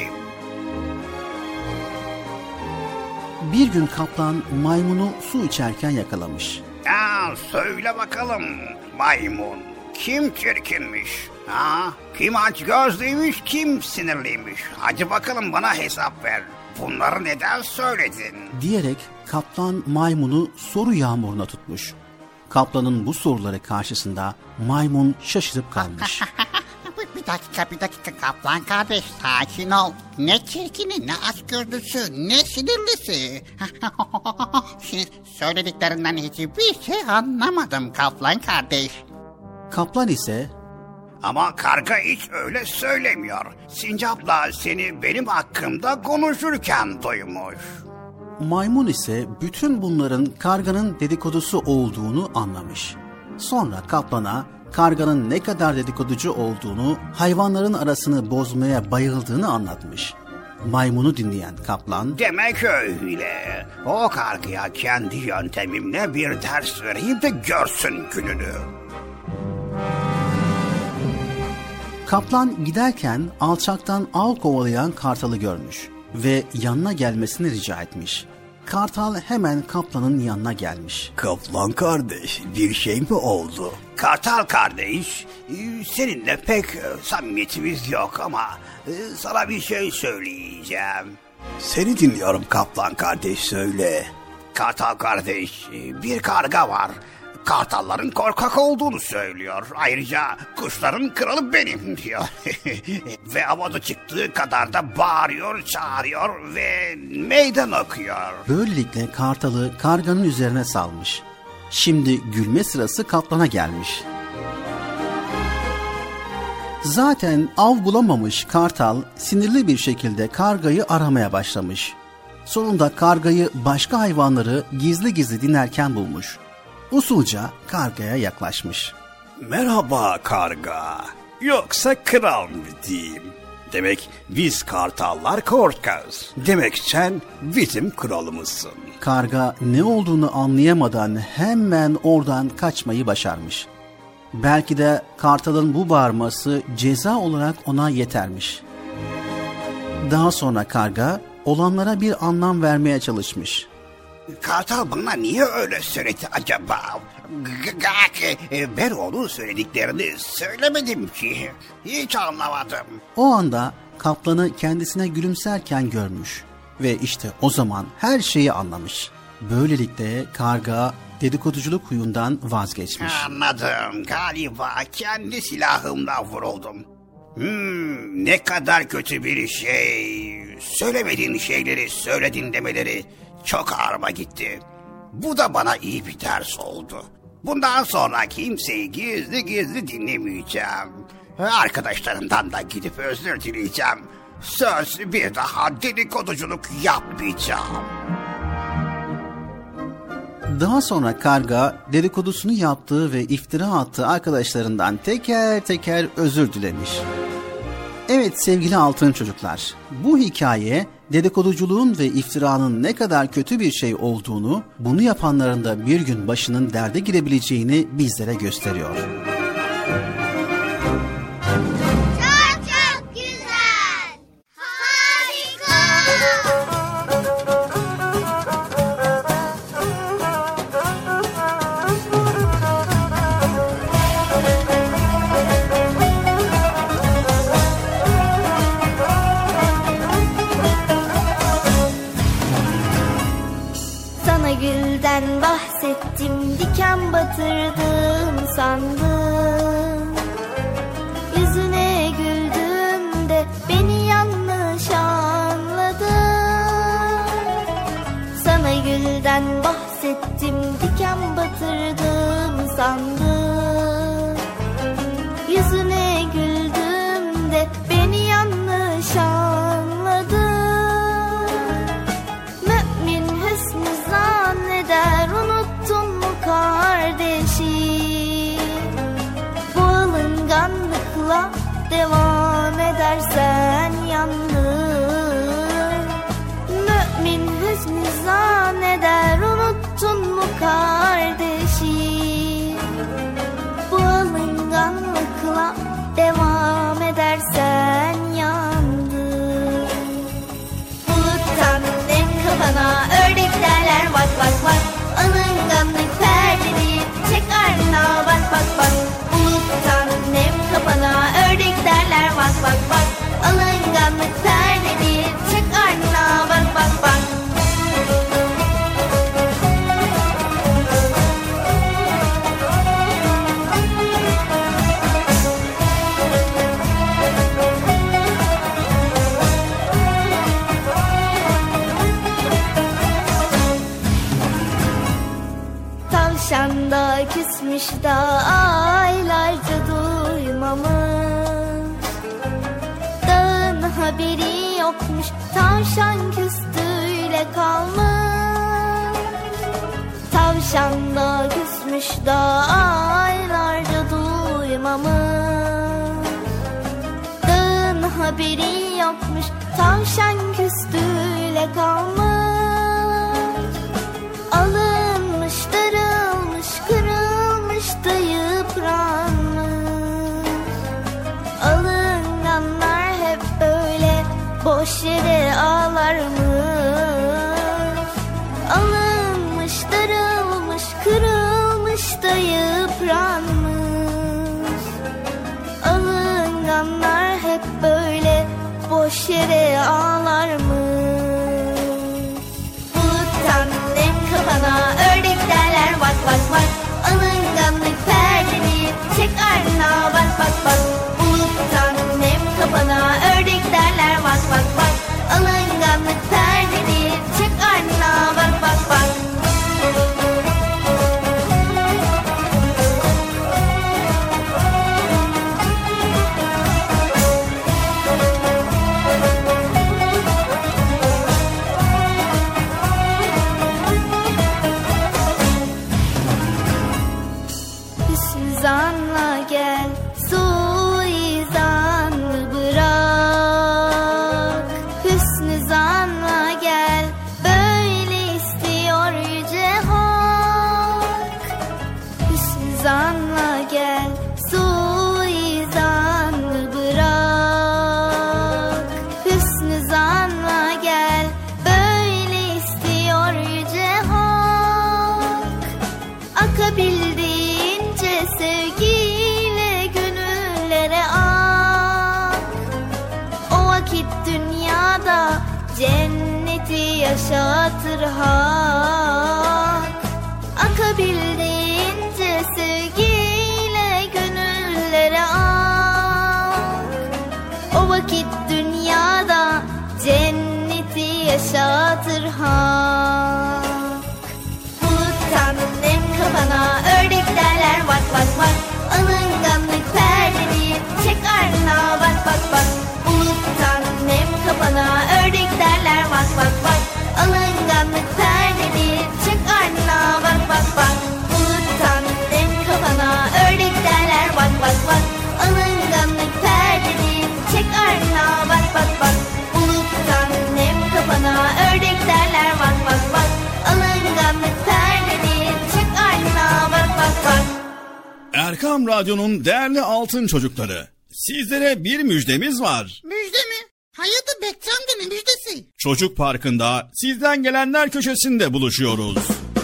Bir gün kaplan maymunu su içerken yakalamış. Aa, söyle bakalım maymun, kim çirkinmiş? Ha? Kim aç gözlüymüş, kim sinirliymiş? Hadi bakalım bana hesap ver. Bunları neden söyledin? Diyerek kaplan maymunu soru yağmuruna tutmuş. Kaplanın bu soruları karşısında maymun şaşırıp kalmış. Bir dakika bir dakika kaplan kardeş, sakin ol. Ne çirkini, ne açgözlüsü, ne sinirlisi. Şimdi söylediklerinden hiçbir şey anlamadım kaplan kardeş. Kaplan ise ama karga hiç öyle söylemiyor. Sincapla seni benim hakkımda konuşurken duymuş. Maymun ise bütün bunların karganın dedikodusu olduğunu anlamış. Sonra kaplana karganın ne kadar dedikoducu olduğunu, hayvanların arasını bozmaya bayıldığını anlatmış. Maymunu dinleyen kaplan, demek öyle. O kargaya kendi yöntemimle bir ders vereyim de görsün gününü. Kaplan giderken alçaktan av kovalayan kartalı görmüş ve yanına gelmesini rica etmiş. Kartal hemen kaplanın yanına gelmiş. Kaplan kardeş, bir şey mi oldu? Kartal kardeş, seninle pek samimiyetimiz yok ama sana bir şey söyleyeceğim. Seni dinliyorum kaplan kardeş, söyle. Kartal kardeş, bir karga var. Kartalların korkak olduğunu söylüyor. Ayrıca kuşların kralı benim diyor. Ve havada çıktığı kadar da bağırıyor, çağırıyor ve meydan okuyor. Böylelikle kartalı karganın üzerine salmış. Şimdi gülme sırası kaplana gelmiş. Zaten av bulamamış kartal sinirli bir şekilde kargayı aramaya başlamış. Sonunda kargayı başka hayvanları gizli gizli dinlerken bulmuş. Usulca kargaya yaklaşmış. Merhaba karga. Yoksa kral mı diyeyim? Demek biz kartallar korkaz. Demek sen bizim kralımızsın. Karga ne olduğunu anlayamadan hemen oradan kaçmayı başarmış. Belki de kartalın bu bağırması ceza olarak ona yetermiş. Daha sonra karga olanlara bir anlam vermeye çalışmış. Kartal bana niye öyle söyledi acaba? Ben onun söylediklerini söylemedim ki. Hiç anlamadım. O anda kaplanı kendisine gülümserken görmüş ve işte o zaman her şeyi anlamış. Böylelikle karga dedikoduculuk huyundan vazgeçmiş. Anladım. Galiba kendi silahımla vuruldum. Hmm, ne kadar kötü bir şey. Söylemediğin şeyleri söyledin demeleri çok ağrıma gitti. Bu da bana iyi bir ders oldu. Bundan sonra kimseyi gizli gizli dinlemeyeceğim. Arkadaşlarımdan da gidip özür dileyeceğim. Söz, bir daha dedikoduculuk yapmayacağım. Daha sonra karga dedikodusunu yaptığı ve iftira attığı arkadaşlarından teker teker özür dilemiş. Evet sevgili altın çocuklar, bu hikaye dedikoduculuğun ve iftiranın ne kadar kötü bir şey olduğunu, bunu yapanların da bir gün başının derde girebileceğini bizlere gösteriyor. Çok çok güzel. Harika. Sana gülden bahsettim, diken batırdım sandım. Yüzüne güldüm de beni yanlış anladın. Sana gülden bahsettim, diken batırdım sandım. Yüzüne güldüm de beni yanlış anladın. Mümin hüsnü zanneder, unuttun mu kardeşim? Bu alınganlıkla devam edersen yandın. Mümin hüsnü zanneder, unuttun mu kardeşim? Bu alınganlıkla Tavşan da küsmüş da aylarca duymamış. Dağın haberi yokmuş, tavşan küstüyle kalmış. Tavşan da küsmüş da aylarca duymamış. Dağın haberi yokmuş, tavşan küstüyle kalmış. Alınmış, darılmış, kırılmış da yıpranmış. Alınganlar hep böyle boş yere ağlarmış. Alınmış, darılmış, kırılmış da yıpranmış. Alınganlar hep böyle boş yere ağlarmış. Buluttan nem kafana ördek derler vak vak vak. Alınganlık perdeni çek ardına bak bak bak. Buluttan nem kafana ördek derler vak vak vak. Alınganlık perdeni çek ardına bak bak bak. Zanla gel, suizanlı bırak. Hüsnü zanla gel, böyle istiyor yüce hak. Hüsnü zanla gel, suizanlı bırak. Hüsnü zanla gel, böyle istiyor yüce hak. Akabildi sevgiyle gönüllere ak. O vakit dünyada cenneti yaşatır hak. Akabildiğince sevgiyle gönüllere ak. O vakit dünyada cenneti yaşatır hak. Buluttan nem kafana ördek derler vak vak vak. Alınganlık perdeni çek ardına bak bak bak. Buluttan nem kafana ördek derler vak vak vak. Alınganlık perdeni çek ardına bak bak bak. Buluttan nem kafana ördek derler vak vak vak. Alınganlık perdeni çek ardına bak bak bak. Buluttan nem kafana ördek derler vak vak vak. Alınganlık perdeni çek ardına bak bak bak. Erkam Radyo'nun değerli altın çocukları, sizlere bir müjdemiz var. Müjde mi? Hayatı Bekçi amcanın müjdesi. Çocuk Parkı'nda sizden gelenler köşesinde buluşuyoruz.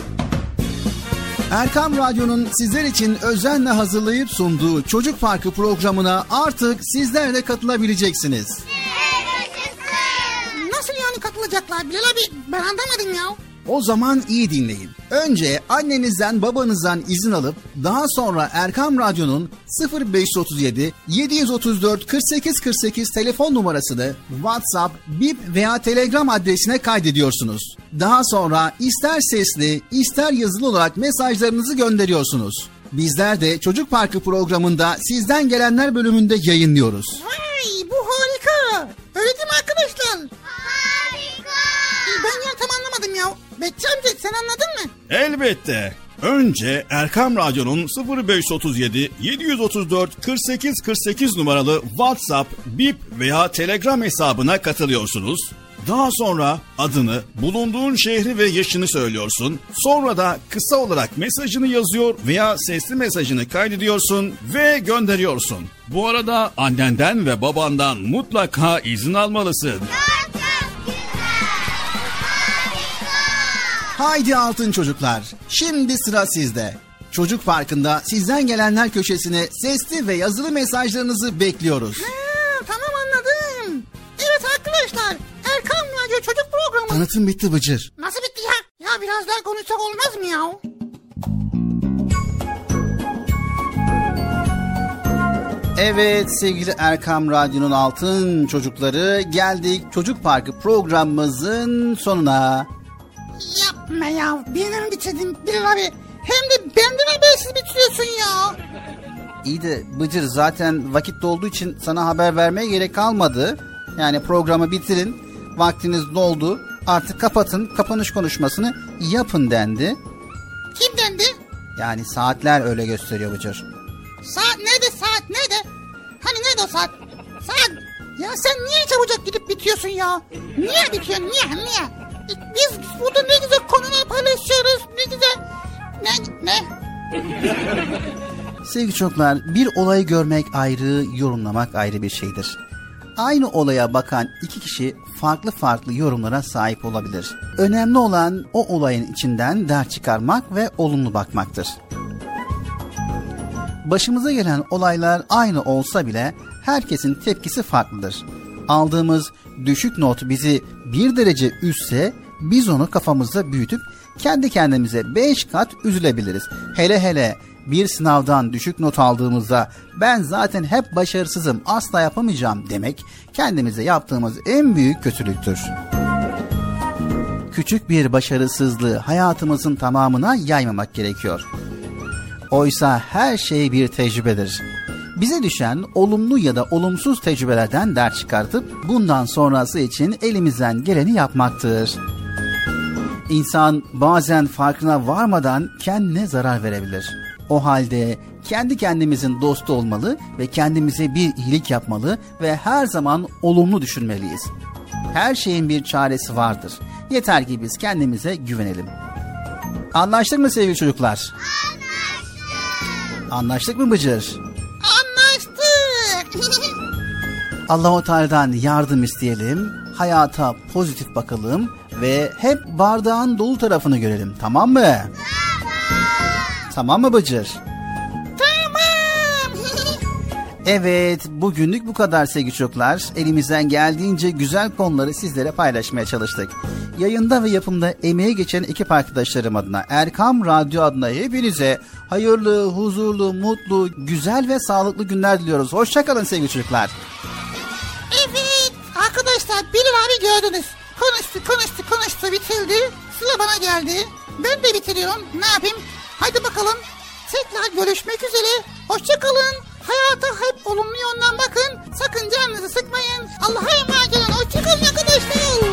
Erkam Radyo'nun sizler için özenle hazırlayıp sunduğu Çocuk Parkı programına artık sizler de katılabileceksiniz. Nasıl yani katılacaklar Bilal abi? Ben anlamadım ya. O zaman iyi dinleyin. Önce annenizden babanızdan izin alıp daha sonra Erkam Radyo'nun sıfır beş otuz yedi yedi otuz dört kırk sekiz kırk sekiz telefon numarasını WhatsApp, Bip veya Telegram adresine kaydediyorsunuz. Daha sonra ister sesli ister yazılı olarak mesajlarınızı gönderiyorsunuz. Bizler de Çocuk Parkı programında sizden gelenler bölümünde yayınlıyoruz. Vay, bu harika. Öyle değil mi arkadaşlar? Harika. Ben ya tam anlamadım ya. Bekçi amca sen anladın mı? Elbette. Önce Erkam Radyo'nun sıfır beş otuz yedi yedi otuz dört kırk sekiz kırk sekiz numaralı WhatsApp, Bip veya Telegram hesabına katılıyorsunuz. Daha sonra adını, bulunduğun şehri ve yaşını söylüyorsun. Sonra da kısa olarak mesajını yazıyor veya sesli mesajını kaydediyorsun ve gönderiyorsun. Bu arada annenden ve babandan mutlaka izin almalısın. Haydi altın çocuklar, şimdi sıra sizde. Çocuk Parkı'nda sizden gelenler köşesine sesli ve yazılı mesajlarınızı bekliyoruz. Ha, tamam anladım. Evet arkadaşlar, Erkam Radyo Çocuk Programı. Tanıtım bitti Bıcır. Nasıl bitti ya? Ya biraz daha konuşsak olmaz mı ya? Evet sevgili Erkam Radyo'nun altın çocukları, geldik Çocuk Parkı programımızın sonuna. Yapma ya, beni mi bitirdin Bilal abi? Hem de benden habersiz bitiriyorsun ya. İyi de Bıcır, zaten vakit dolduğu için sana haber vermeye gerek kalmadı. Yani programı bitirin, vaktiniz doldu, artık kapatın, kapanış konuşmasını yapın dendi. Kim dendi? Yani saatler öyle gösteriyor Bıcır. Saat nerede, saat nerede? Hani nerede o saat? Saat. Ya sen niye çabucak gidip bitiyorsun ya? Niye bitiyorsun, niye, niye? Biz burada ne güzel konular paylaşıyoruz, ne güzel. Ne, ne? Sevgili çocuklar, bir olayı görmek ayrı, yorumlamak ayrı bir şeydir. Aynı olaya bakan iki kişi farklı farklı yorumlara sahip olabilir. Önemli olan o olayın içinden ders çıkarmak ve olumlu bakmaktır. Başımıza gelen olaylar aynı olsa bile herkesin tepkisi farklıdır. Aldığımız düşük not bizi bir derece üstse biz onu kafamızda büyütüp kendi kendimize beş kat üzülebiliriz. Hele hele bir sınavdan düşük not aldığımızda ben zaten hep başarısızım, asla yapamayacağım demek kendimize yaptığımız en büyük kötülüktür. Küçük bir başarısızlığı hayatımızın tamamına yaymamak gerekiyor. Oysa her şey bir tecrübedir. Bize düşen olumlu ya da olumsuz tecrübelerden ders çıkartıp bundan sonrası için elimizden geleni yapmaktır. İnsan bazen farkına varmadan kendine zarar verebilir. O halde kendi kendimizin dostu olmalı ve kendimize bir iyilik yapmalı ve her zaman olumlu düşünmeliyiz. Her şeyin bir çaresi vardır. Yeter ki biz kendimize güvenelim. Anlaştık mı sevgili çocuklar? Anlaştık. Anlaştık mı Bıcır? Anlaştık. Allah-u Teala'dan yardım isteyelim, hayata pozitif bakalım ve hep bardağın dolu tarafını görelim, tamam mı? Tamam. Tamam mı Bıcır? Tamam. Evet, bugünlük bu kadar sevgili çocuklar. Elimizden geldiğince güzel konuları sizlere paylaşmaya çalıştık. Yayında ve yapımda emeği geçen ekip arkadaşlarım adına, Erkam Radyo adına hepinize hayırlı, huzurlu, mutlu, güzel ve sağlıklı günler diliyoruz. Hoşçakalın sevgili çocuklar. Evet arkadaşlar, Bilal abi gördünüz. Konuştu konuştu konuştu bitirdi. Sıra bana geldi. Ben de bitiriyorum. Ne yapayım? Haydi bakalım. Tekrar görüşmek üzere. Hoşçakalın. Hayata hep olumlu yönden bakın. Sakın canınızı sıkmayın. Allah'a emanet olun. Hoşçakalın arkadaşlar.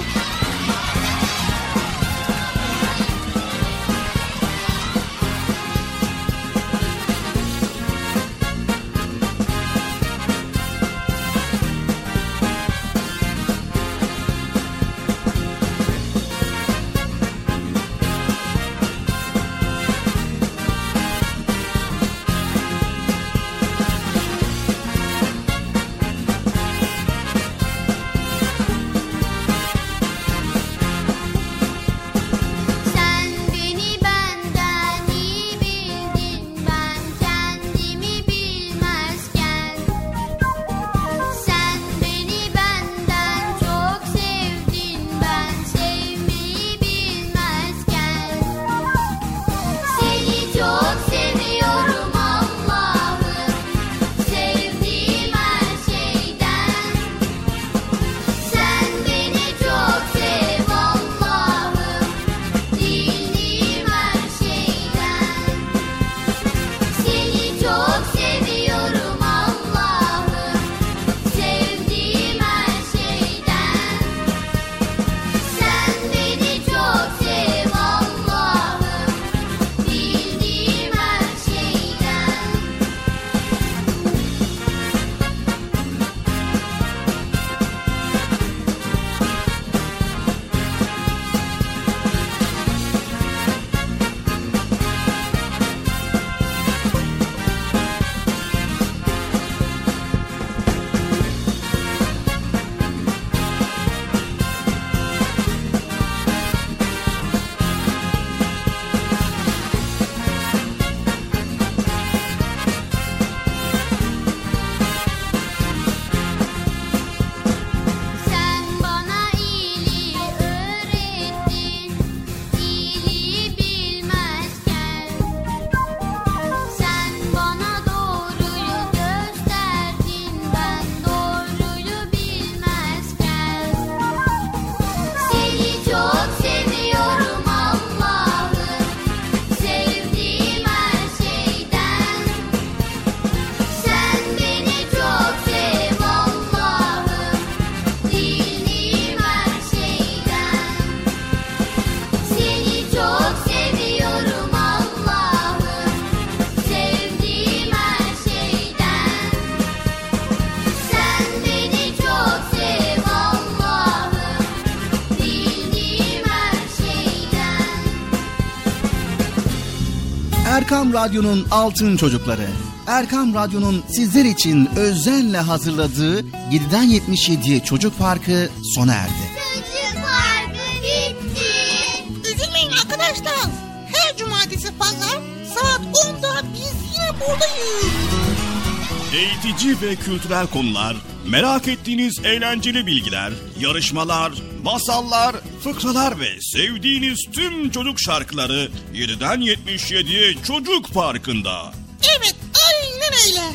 Erkam Radyo'nun Altın Çocukları. Erkam Radyo'nun sizler için özenle hazırladığı yediden yetmiş yediye Çocuk Parkı sona erdi. Çocuk Parkı bitti. Üzülmeyin arkadaşlar. Her cumartesi pazar saat onda biz yine buradayız. Eğitici ve kültürel konular, merak ettiğiniz eğlenceli bilgiler, yarışmalar, masallar, fıkralar ve sevdiğiniz tüm çocuk şarkıları yediden yetmiş yediye Çocuk Parkı'nda. Evet, aynen öyle.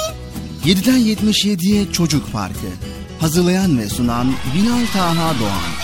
yediden yetmiş yediye Çocuk Parkı. Hazırlayan ve sunan Bilal Taha Doğan.